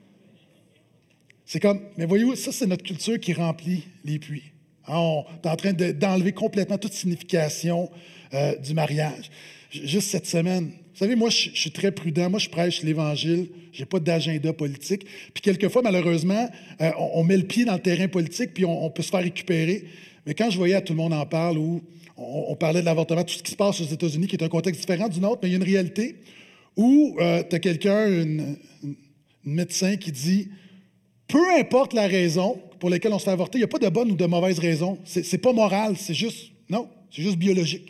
C'est comme, mais voyez-vous, ça, c'est notre culture qui remplit les puits. Hein, on est en train de, d'enlever complètement toute signification euh, du mariage. Juste cette semaine, vous savez, moi, je, je suis très prudent. Moi, je prêche l'Évangile. Je n'ai pas d'agenda politique. Puis quelquefois, malheureusement, euh, on, on met le pied dans le terrain politique, puis on, on peut se faire récupérer. Mais quand je voyais à Tout le monde en parle, où on, on parlait de l'avortement, tout ce qui se passe aux États-Unis, qui est un contexte différent du nôtre, mais il y a une réalité où euh, tu as quelqu'un, une, une médecin qui dit, peu importe la raison pour laquelle on se fait avorter, il n'y a pas de bonne ou de mauvaise raison. C'est, c'est pas moral, c'est juste, non, c'est juste biologique.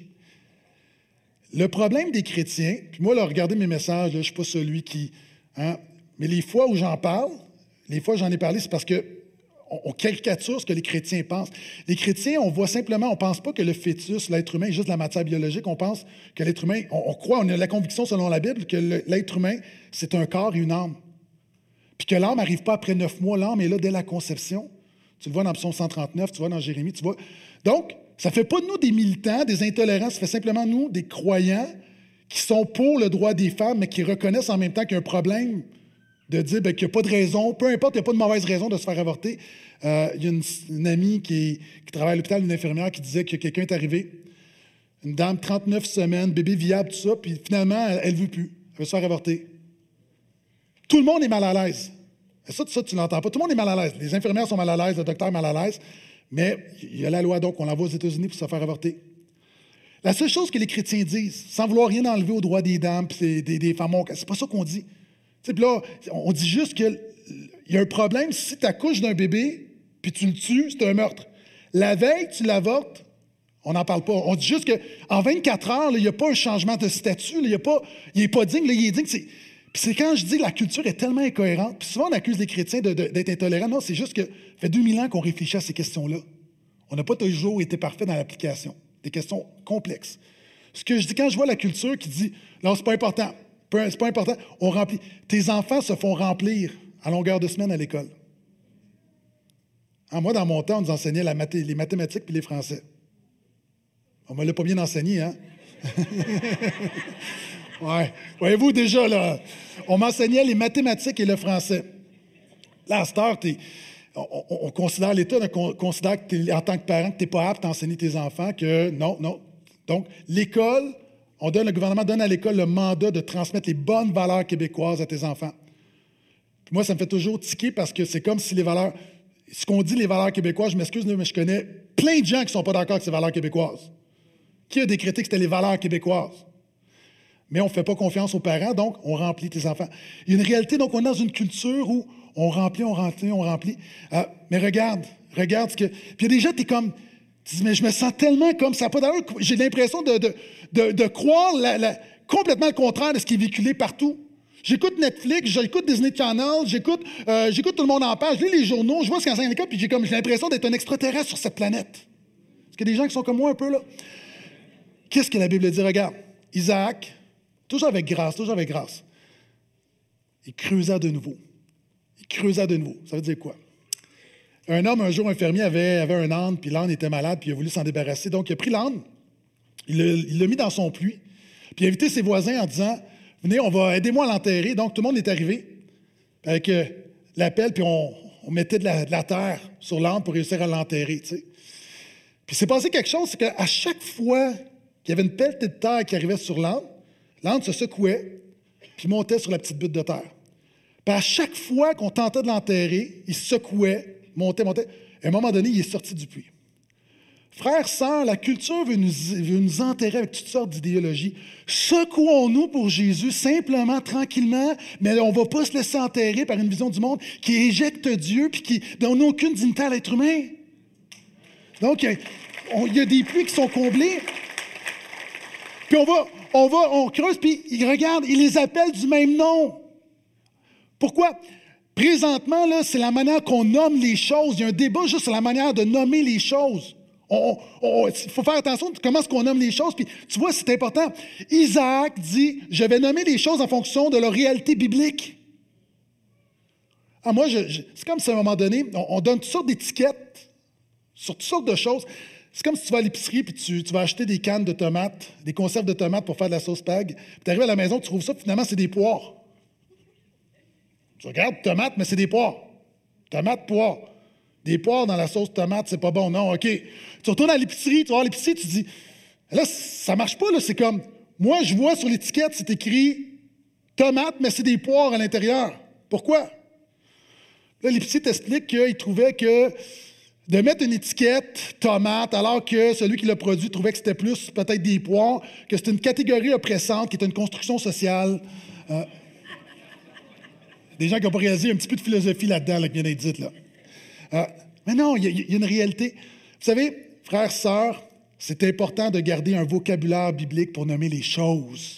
Le problème des chrétiens, puis moi, là, regardez mes messages, là, je ne suis pas celui qui... Hein, mais les fois où j'en parle, les fois où j'en ai parlé, c'est parce qu'on on caricature ce que les chrétiens pensent. Les chrétiens, on voit simplement, on ne pense pas que le fœtus, l'être humain, est juste de la matière biologique. On pense que l'être humain, on, on croit, on a la conviction selon la Bible que le, l'être humain, c'est un corps et une âme. Puis que l'âme n'arrive pas après neuf mois, l'âme est là dès la conception. Tu le vois dans Psaume cent trente-neuf, tu vois dans Jérémie, tu vois. Donc, ça ne fait pas de nous des militants, des intolérants, ça fait simplement nous des croyants qui sont pour le droit des femmes, mais qui reconnaissent en même temps qu'il y a un problème de dire ben, qu'il n'y a pas de raison, peu importe, il n'y a pas de mauvaise raison de se faire avorter. Euh, il y a une, une amie qui, qui travaille à l'hôpital, une infirmière, qui disait que quelqu'un est arrivé, une dame, trente-neuf semaines, bébé viable, tout ça, puis finalement, elle ne veut plus, elle veut se faire avorter. Tout le monde est mal à l'aise. Ça, ça tu ne l'entends pas. Tout le monde est mal à l'aise. Les infirmières sont mal à l'aise, le docteur est mal à l'aise. Mais il y a la loi, donc, on l'envoie aux États-Unis pour se faire avorter. La seule chose que les chrétiens disent, sans vouloir rien enlever aux droits des dames et des, des femmes, c'est pas ça qu'on dit. Tu sais, là, on dit juste qu'il y a un problème si tu accouches d'un bébé puis tu le tues, c'est un meurtre. La veille, tu l'avortes, on n'en parle pas. On dit juste qu'en vingt-quatre heures, il n'y a pas un changement de statut, là, y a pas, il n'est pas digne, là, il est digne. C'est, puis c'est quand je dis que la culture est tellement incohérente. Puis souvent, on accuse les chrétiens de, de, d'être intolérants. Non, c'est juste que ça fait deux mille ans qu'on réfléchit à ces questions-là. On n'a pas toujours été parfait dans l'application. Des questions complexes. Ce que je dis quand je vois la culture qui dit « Non, c'est pas important. C'est pas important. » On remplit. Tes enfants se font remplir à longueur de semaine à l'école. Ah, moi, dans mon temps, on nous enseignait la mathé- les mathématiques puis les français. On ne me l'a pas bien enseigné, hein? Ouais. Voyez-vous, déjà, là, on m'enseignait les mathématiques et le français. Là, à cette heure, t'es, on, on, on considère l'État, on considère que en tant que parent, que tu n'es pas apte à enseigner tes enfants, que non, non. Donc, l'école, on donne, le gouvernement donne à l'école le mandat de transmettre les bonnes valeurs québécoises à tes enfants. Puis moi, ça me fait toujours tiquer parce que c'est comme si les valeurs, ce qu'on dit les valeurs québécoises, je m'excuse, mais je connais plein de gens qui ne sont pas d'accord avec ces valeurs québécoises. Qui a décrété que c'était les valeurs québécoises? Mais on ne fait pas confiance aux parents, donc on remplit tes enfants. Il y a une réalité, donc on est dans une culture où on remplit, on remplit, on remplit. Euh, mais regarde, regarde ce que... Puis il y a des gens, tu es comme... Tu dis, mais je me sens tellement comme ça. Pas d'allure. J'ai l'impression de, de, de, de croire la, la, complètement le contraire de ce qui est véhiculé partout. J'écoute Netflix, j'écoute Disney Channel, j'écoute, euh, j'écoute Tout le monde en parle, je lis les journaux, je vois ce qu'il enseigne à l'école, puis j'ai, comme, j'ai l'impression d'être un extraterrestre sur cette planète. Est-ce qu'il y a des gens qui sont comme moi un peu là? Qu'est-ce que la Bible dit? Regarde, Isaac... Toujours avec grâce, toujours avec grâce. Il creusa de nouveau. Il creusa de nouveau. Ça veut dire quoi? Un homme, un jour, un fermier avait, avait un âne, puis l'âne était malade, puis il a voulu s'en débarrasser. Donc, il a pris l'âne, il l'a, il l'a mis dans son puits, puis il a invité ses voisins en disant, « Venez, on va aidez-moi à l'enterrer. » Donc, tout le monde est arrivé avec euh, la pelle, puis on, on mettait de la, de la terre sur l'âne pour réussir à l'enterrer. Tu sais. Puis c'est passé quelque chose, c'est qu'à chaque fois qu'il y avait une pelletée de terre qui arrivait sur l'âne, l'âne se secouait, puis montait sur la petite butte de terre. Puis à chaque fois qu'on tentait de l'enterrer, il se secouait, montait, montait. À un moment donné, il est sorti du puits. Frères, sœurs, la culture veut nous, veut nous enterrer avec toutes sortes d'idéologies. Secouons-nous pour Jésus, simplement, tranquillement, mais on ne va pas se laisser enterrer par une vision du monde qui éjecte Dieu et qui ne donne aucune dignité à l'être humain. Donc, il y, a, on, il y a des puits qui sont comblés. Puis on va, on va, on creuse, puis ils regardent, ils les appellent du même nom. Pourquoi? Présentement, là, c'est la manière qu'on nomme les choses. Il y a un débat juste sur la manière de nommer les choses. Il faut faire attention à comment est-ce qu'on nomme les choses. Puis, tu vois, c'est important. Isaac dit, je vais nommer les choses en fonction de leur réalité biblique. Ah, moi, je, je, c'est comme si à un moment donné, on, on donne toutes sortes d'étiquettes sur toutes sortes de choses. C'est comme si tu vas à l'épicerie et tu, tu vas acheter des cannes de tomates, des conserves de tomates pour faire de la sauce pag. Puis tu arrives à la maison, tu trouves ça, puis finalement, c'est des poires. Tu regardes, tomates, mais c'est des poires. Tomates, poires. Des poires dans la sauce tomate, c'est pas bon. Non, OK. Tu retournes à l'épicerie, tu vas à l'épicerie, tu dis, là, ça marche pas, là. C'est comme, moi, je vois sur l'étiquette, c'est écrit tomate, mais c'est des poires à l'intérieur. Pourquoi? Là, l'épicier t'explique qu'il trouvait que de mettre une étiquette tomate, alors que celui qui l'a produit trouvait que c'était plus peut-être des poires, que c'était une catégorie oppressante, qui était une construction sociale. Euh, des gens qui n'ont pas réalisé un petit peu de philosophie là-dedans, là, qui vient d'être dite, là. Euh, mais non, il y, y a une réalité. Vous savez, frères, sœurs, c'est important de garder un vocabulaire biblique pour nommer les choses.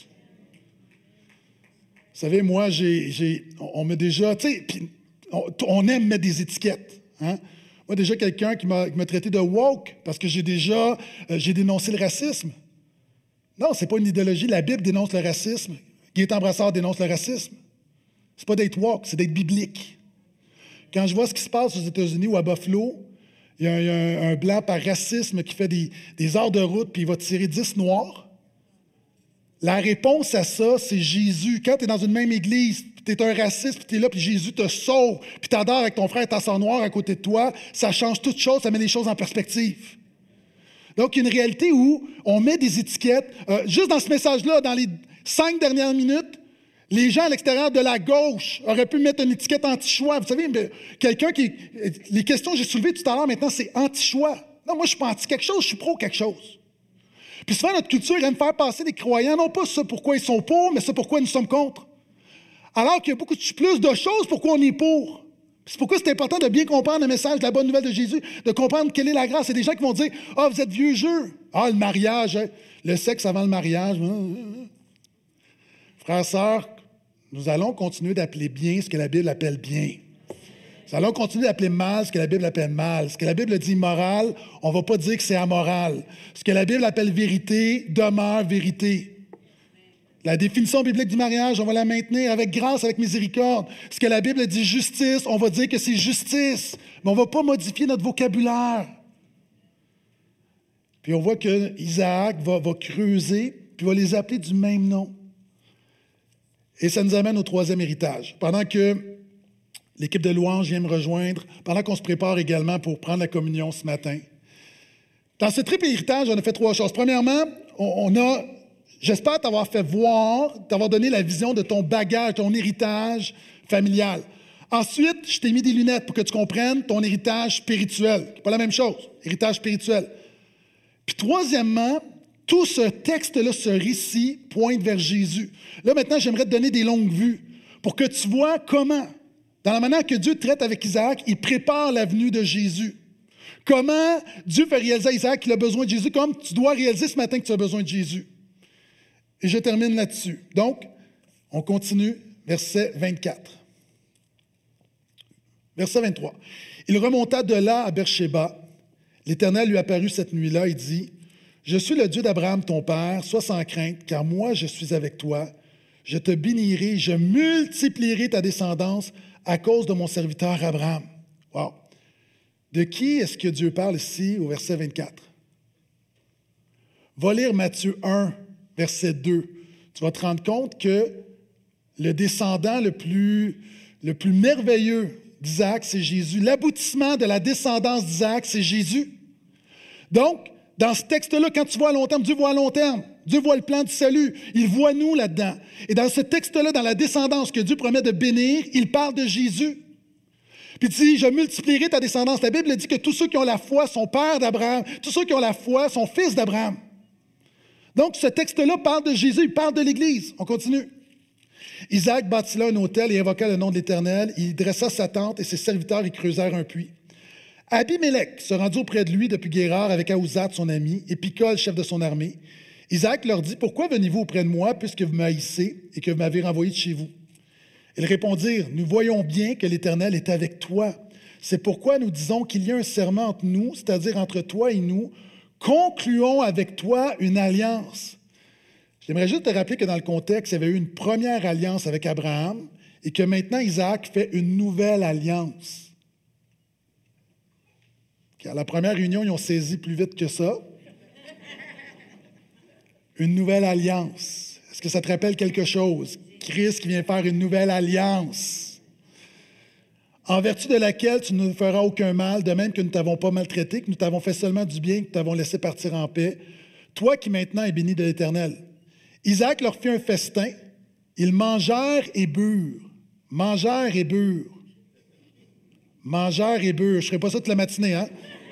Vous savez, moi, j'ai, j'ai, on, on m'a déjà, tu sais, on, on aime mettre des étiquettes. Hein? Moi, déjà, quelqu'un qui m'a, qui m'a traité de woke parce que j'ai déjà, euh, j'ai dénoncé le racisme. Non, c'est pas une idéologie. La Bible dénonce le racisme. Gaétan Brassard dénonce le racisme. C'est pas d'être woke, c'est d'être biblique. Quand je vois ce qui se passe aux États-Unis ou à Buffalo, il y a un, il y a un, un blanc par racisme qui fait des, des heures de route puis il va tirer dix noirs. La réponse à ça, c'est Jésus. Quand tu es dans une même église, tu es un raciste, puis tu es là, puis Jésus te sauve, puis tu adores avec ton frère et ta sœur noire à côté de toi, ça change toute chose, ça met les choses en perspective. Donc, il y a une réalité où on met des étiquettes. Euh, juste dans ce message-là, dans les cinq dernières minutes, les gens à l'extérieur de la gauche auraient pu mettre une étiquette anti-choix. Vous savez, quelqu'un qui... Les questions que j'ai soulevées tout à l'heure, maintenant, c'est anti-choix. Non, moi, je suis pas anti quelque chose, je suis pro quelque chose. Puis souvent, notre culture aime faire passer des croyants, non pas ça pourquoi ils sont pour, mais ça pourquoi nous sommes contre. Alors qu'il y a beaucoup plus de choses pourquoi on est pour. C'est pourquoi c'est important de bien comprendre le message de la bonne nouvelle de Jésus, de comprendre quelle est la grâce. Il y a des gens qui vont dire « Ah, vous êtes vieux jeu. Ah, le mariage, hein? Le sexe avant le mariage. » Frères, sœurs, nous allons continuer d'appeler bien ce que la Bible appelle bien. Nous allons continuer d'appeler mal ce que la Bible appelle mal. Ce que la Bible dit immoral, on ne va pas dire que c'est amoral. Ce que la Bible appelle vérité demeure vérité. La définition biblique du mariage, on va la maintenir avec grâce, avec miséricorde. Ce que la Bible dit justice, on va dire que c'est justice. Mais on ne va pas modifier notre vocabulaire. Puis on voit que Isaac va, va creuser, puis va les appeler du même nom. Et ça nous amène au troisième héritage. Pendant que l'équipe de louanges vient me rejoindre, pendant qu'on se prépare également pour prendre la communion ce matin, dans ce triple héritage, on a fait trois choses. Premièrement, on, on a, j'espère t'avoir fait voir, t'avoir donné la vision de ton bagage, ton héritage familial. Ensuite, je t'ai mis des lunettes pour que tu comprennes ton héritage spirituel. C'est pas la même chose, héritage spirituel. Puis troisièmement, tout ce texte-là, ce récit, pointe vers Jésus. Là, maintenant, j'aimerais te donner des longues vues pour que tu vois comment, dans la manière que Dieu traite avec Isaac, il prépare la venue de Jésus. Comment Dieu fait réaliser à Isaac qu'il a besoin de Jésus, comme tu dois réaliser ce matin que tu as besoin de Jésus. Et je termine là-dessus. Donc, on continue, verset vingt-quatre. Verset vingt-trois. Il remonta de là à Beersheba. L'Éternel lui apparut cette nuit-là et dit, « Je suis le Dieu d'Abraham, ton père, sois sans crainte, car moi je suis avec toi. Je te bénirai, je multiplierai ta descendance à cause de mon serviteur Abraham. » Wow. De qui est-ce que Dieu parle ici au verset vingt-quatre? Va lire Matthieu un, verset deux. Tu vas te rendre compte que le descendant le plus, le plus merveilleux d'Isaac, c'est Jésus. L'aboutissement de la descendance d'Isaac, c'est Jésus. Donc, dans ce texte-là, quand tu vois à long terme, Dieu voit à long terme. Dieu voit le plan du salut. Il voit nous là-dedans. Et dans ce texte-là, dans la descendance que Dieu promet de bénir, il parle de Jésus. Puis il dit, je multiplierai ta descendance. La Bible dit que tous ceux qui ont la foi sont pères d'Abraham. Tous ceux qui ont la foi sont fils d'Abraham. Donc, ce texte-là parle de Jésus, il parle de l'Église. On continue. Isaac bâtit là un autel et invoqua le nom de l'Éternel. Il dressa sa tente et ses serviteurs y creusèrent un puits. Abimélec se rendit auprès de lui depuis Guérard avec Aouzat, son ami, et Picol, chef de son armée. Isaac leur dit, « Pourquoi venez-vous auprès de moi, puisque vous m'haïssez et que vous m'avez renvoyé de chez vous? » Ils répondirent, « Nous voyons bien que l'Éternel est avec toi. C'est pourquoi nous disons qu'il y a un serment entre nous, c'est-à-dire entre toi et nous. Concluons avec toi une alliance. » J'aimerais juste te rappeler que dans le contexte, il y avait eu une première alliance avec Abraham et que maintenant Isaac fait une nouvelle alliance. À la première réunion, ils ont saisi plus vite que ça. Une nouvelle alliance. Est-ce que ça te rappelle quelque chose? Christ qui vient faire une nouvelle alliance, en vertu de laquelle tu ne nous feras aucun mal, de même que nous ne t'avons pas maltraité, que nous t'avons fait seulement du bien, que nous t'avons laissé partir en paix, toi qui maintenant es béni de l'Éternel. Isaac leur fit un festin. Ils mangèrent et burent. Mangèrent et burent. Mangèrent et burent. Je ne ferai pas ça toute la matinée, hein?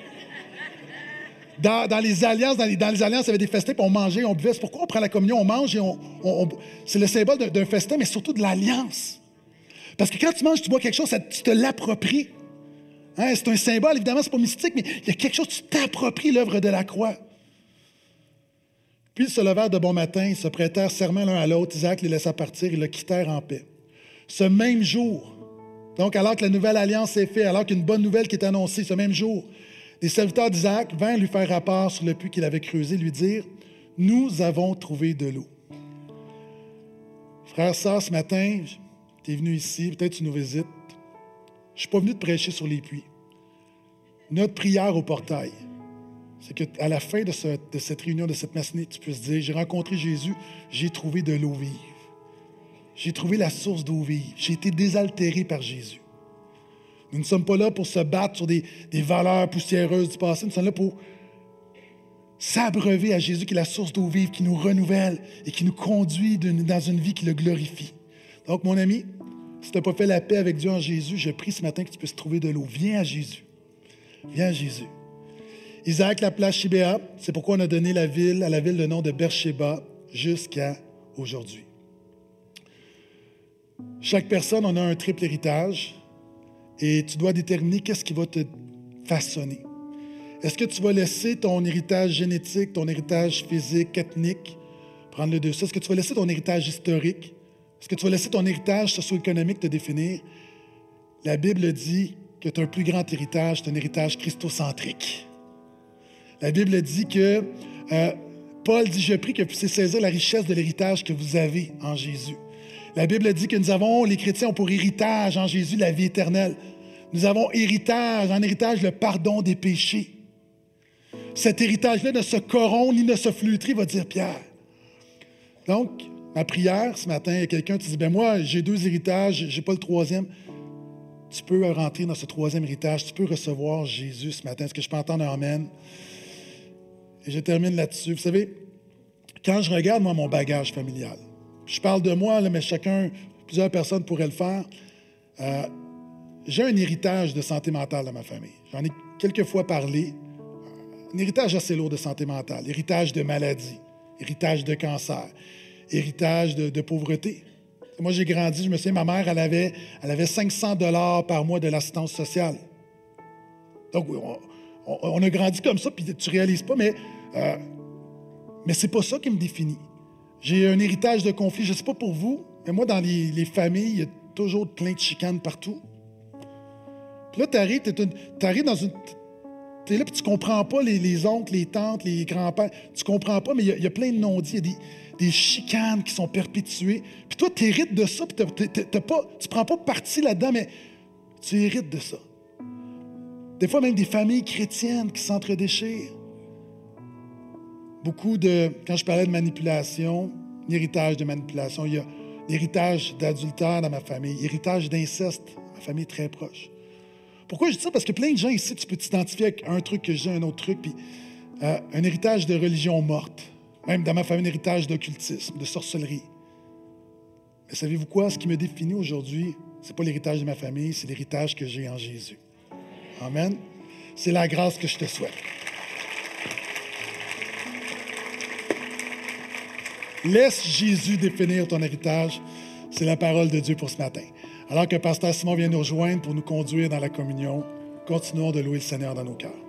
Dans, dans les alliances, dans les, dans les alliances, il y avait des festins, puis on mangeait, on buvait. C'est pourquoi on prend la communion, on mange et on... on, on c'est le symbole d'un, d'un festin, mais surtout de l'alliance. Parce que quand tu manges, tu bois quelque chose, ça, tu te l'appropries. Hein? C'est un symbole, évidemment, c'est pas mystique, mais il y a quelque chose, tu t'appropries l'œuvre de la croix. Puis ils se levèrent de bon matin, ils se prêtèrent serment l'un à l'autre. Isaac les laissa partir, ils le quittèrent en paix. Ce même jour, donc alors que la nouvelle alliance est faite, alors qu'une bonne nouvelle qui est annoncée, ce même jour, les serviteurs d'Isaac vinrent lui faire rapport sur le puits qu'il avait creusé, lui dire, « Nous avons trouvé de l'eau. » Frère, sœur, ce matin, tu es venu ici, peut-être tu nous visites. Je ne suis pas venu te prêcher sur les puits. Notre prière au portail, c'est qu'à la fin de, ce, de cette réunion, de cette matinée, tu puisses dire, j'ai rencontré Jésus, j'ai trouvé de l'eau vive. J'ai trouvé la source d'eau vive. J'ai été désaltéré par Jésus. Nous ne sommes pas là pour se battre sur des, des valeurs poussiéreuses du passé. Nous sommes là pour s'abreuver à Jésus, qui est la source d'eau vive, qui nous renouvelle et qui nous conduit dans une vie qui le glorifie. Donc, mon ami, si tu n'as pas fait la paix avec Dieu en Jésus, je prie ce matin que tu puisses trouver de l'eau. Viens à Jésus. Viens à Jésus. Isaac l'appela Shibéa. C'est pourquoi on a donné la ville, à la ville le nom de Beersheba jusqu'à aujourd'hui. Chaque personne, on a un triple héritage. Et tu dois déterminer qu'est-ce qui va te façonner. Est-ce que tu vas laisser ton héritage génétique, ton héritage physique, ethnique, prendre le dessus? Est-ce que tu vas laisser ton héritage historique? Est-ce que tu vas laisser ton héritage socio-économique te définir? La Bible dit que tu as un plus grand héritage, c'est un héritage christocentrique. La Bible dit que, euh, Paul dit, « Je prie que vous puissiez saisir la richesse de l'héritage que vous avez en Jésus. » La Bible dit que nous avons, les chrétiens ont pour héritage en Jésus la vie éternelle. Nous avons héritage, en héritage le pardon des péchés. Cet héritage-là ne se corrompt ni ne se flétrit, va dire Pierre. Donc, ma prière ce matin, il y a quelqu'un qui dit, ben moi, j'ai deux héritages, je n'ai pas le troisième. Tu peux rentrer dans ce troisième héritage, tu peux recevoir Jésus ce matin. Est-ce que je peux entendre un amen? Et je termine là-dessus. Vous savez, quand je regarde, moi, mon bagage familial, je parle de moi, là, mais chacun, plusieurs personnes pourraient le faire. Euh, j'ai un héritage de santé mentale dans ma famille. J'en ai quelques fois parlé. Un héritage assez lourd de santé mentale. Héritage de maladie. Héritage de cancer. Héritage de, de pauvreté. Moi, j'ai grandi, je me souviens, ma mère, elle avait, elle avait cinq cents dollars par mois de l'assistance sociale. Donc, on, on, on a grandi comme ça, puis tu ne réalises pas, mais, euh, mais ce n'est pas ça qui me définit. J'ai un héritage de conflit. Je ne sais pas pour vous, mais moi, dans les, les familles, il y a toujours plein de chicanes partout. Puis là, tu arrives, tu arrives dans une... Tu es là, puis tu ne comprends pas les, les oncles, les tantes, les grands-pères. Tu ne comprends pas, mais il y, a, il y a plein de non-dits. Il y a des, des chicanes qui sont perpétuées. Puis toi, tu hérites de ça, puis tu ne prends pas parti là-dedans, mais tu hérites de ça. Des fois, même des familles chrétiennes qui s'entredéchirent. Beaucoup de... Quand je parlais de manipulation, l'héritage de manipulation, il y a l'héritage d'adultère dans ma famille, héritage d'inceste dans ma famille très proche. Pourquoi je dis ça? Parce que plein de gens ici, tu peux t'identifier avec un truc que j'ai, un autre truc, puis euh, un héritage de religion morte. Même dans ma famille, un héritage d'occultisme, de sorcellerie. Mais savez-vous quoi? Ce qui me définit aujourd'hui, Ce n'est pas l'héritage de ma famille, c'est l'héritage que j'ai en Jésus. Amen. C'est la grâce que je te souhaite. Laisse Jésus définir ton héritage. C'est la parole de Dieu pour ce matin. Alors que Pasteur Simon vient nous rejoindre pour nous conduire dans la communion, continuons de louer le Seigneur dans nos cœurs.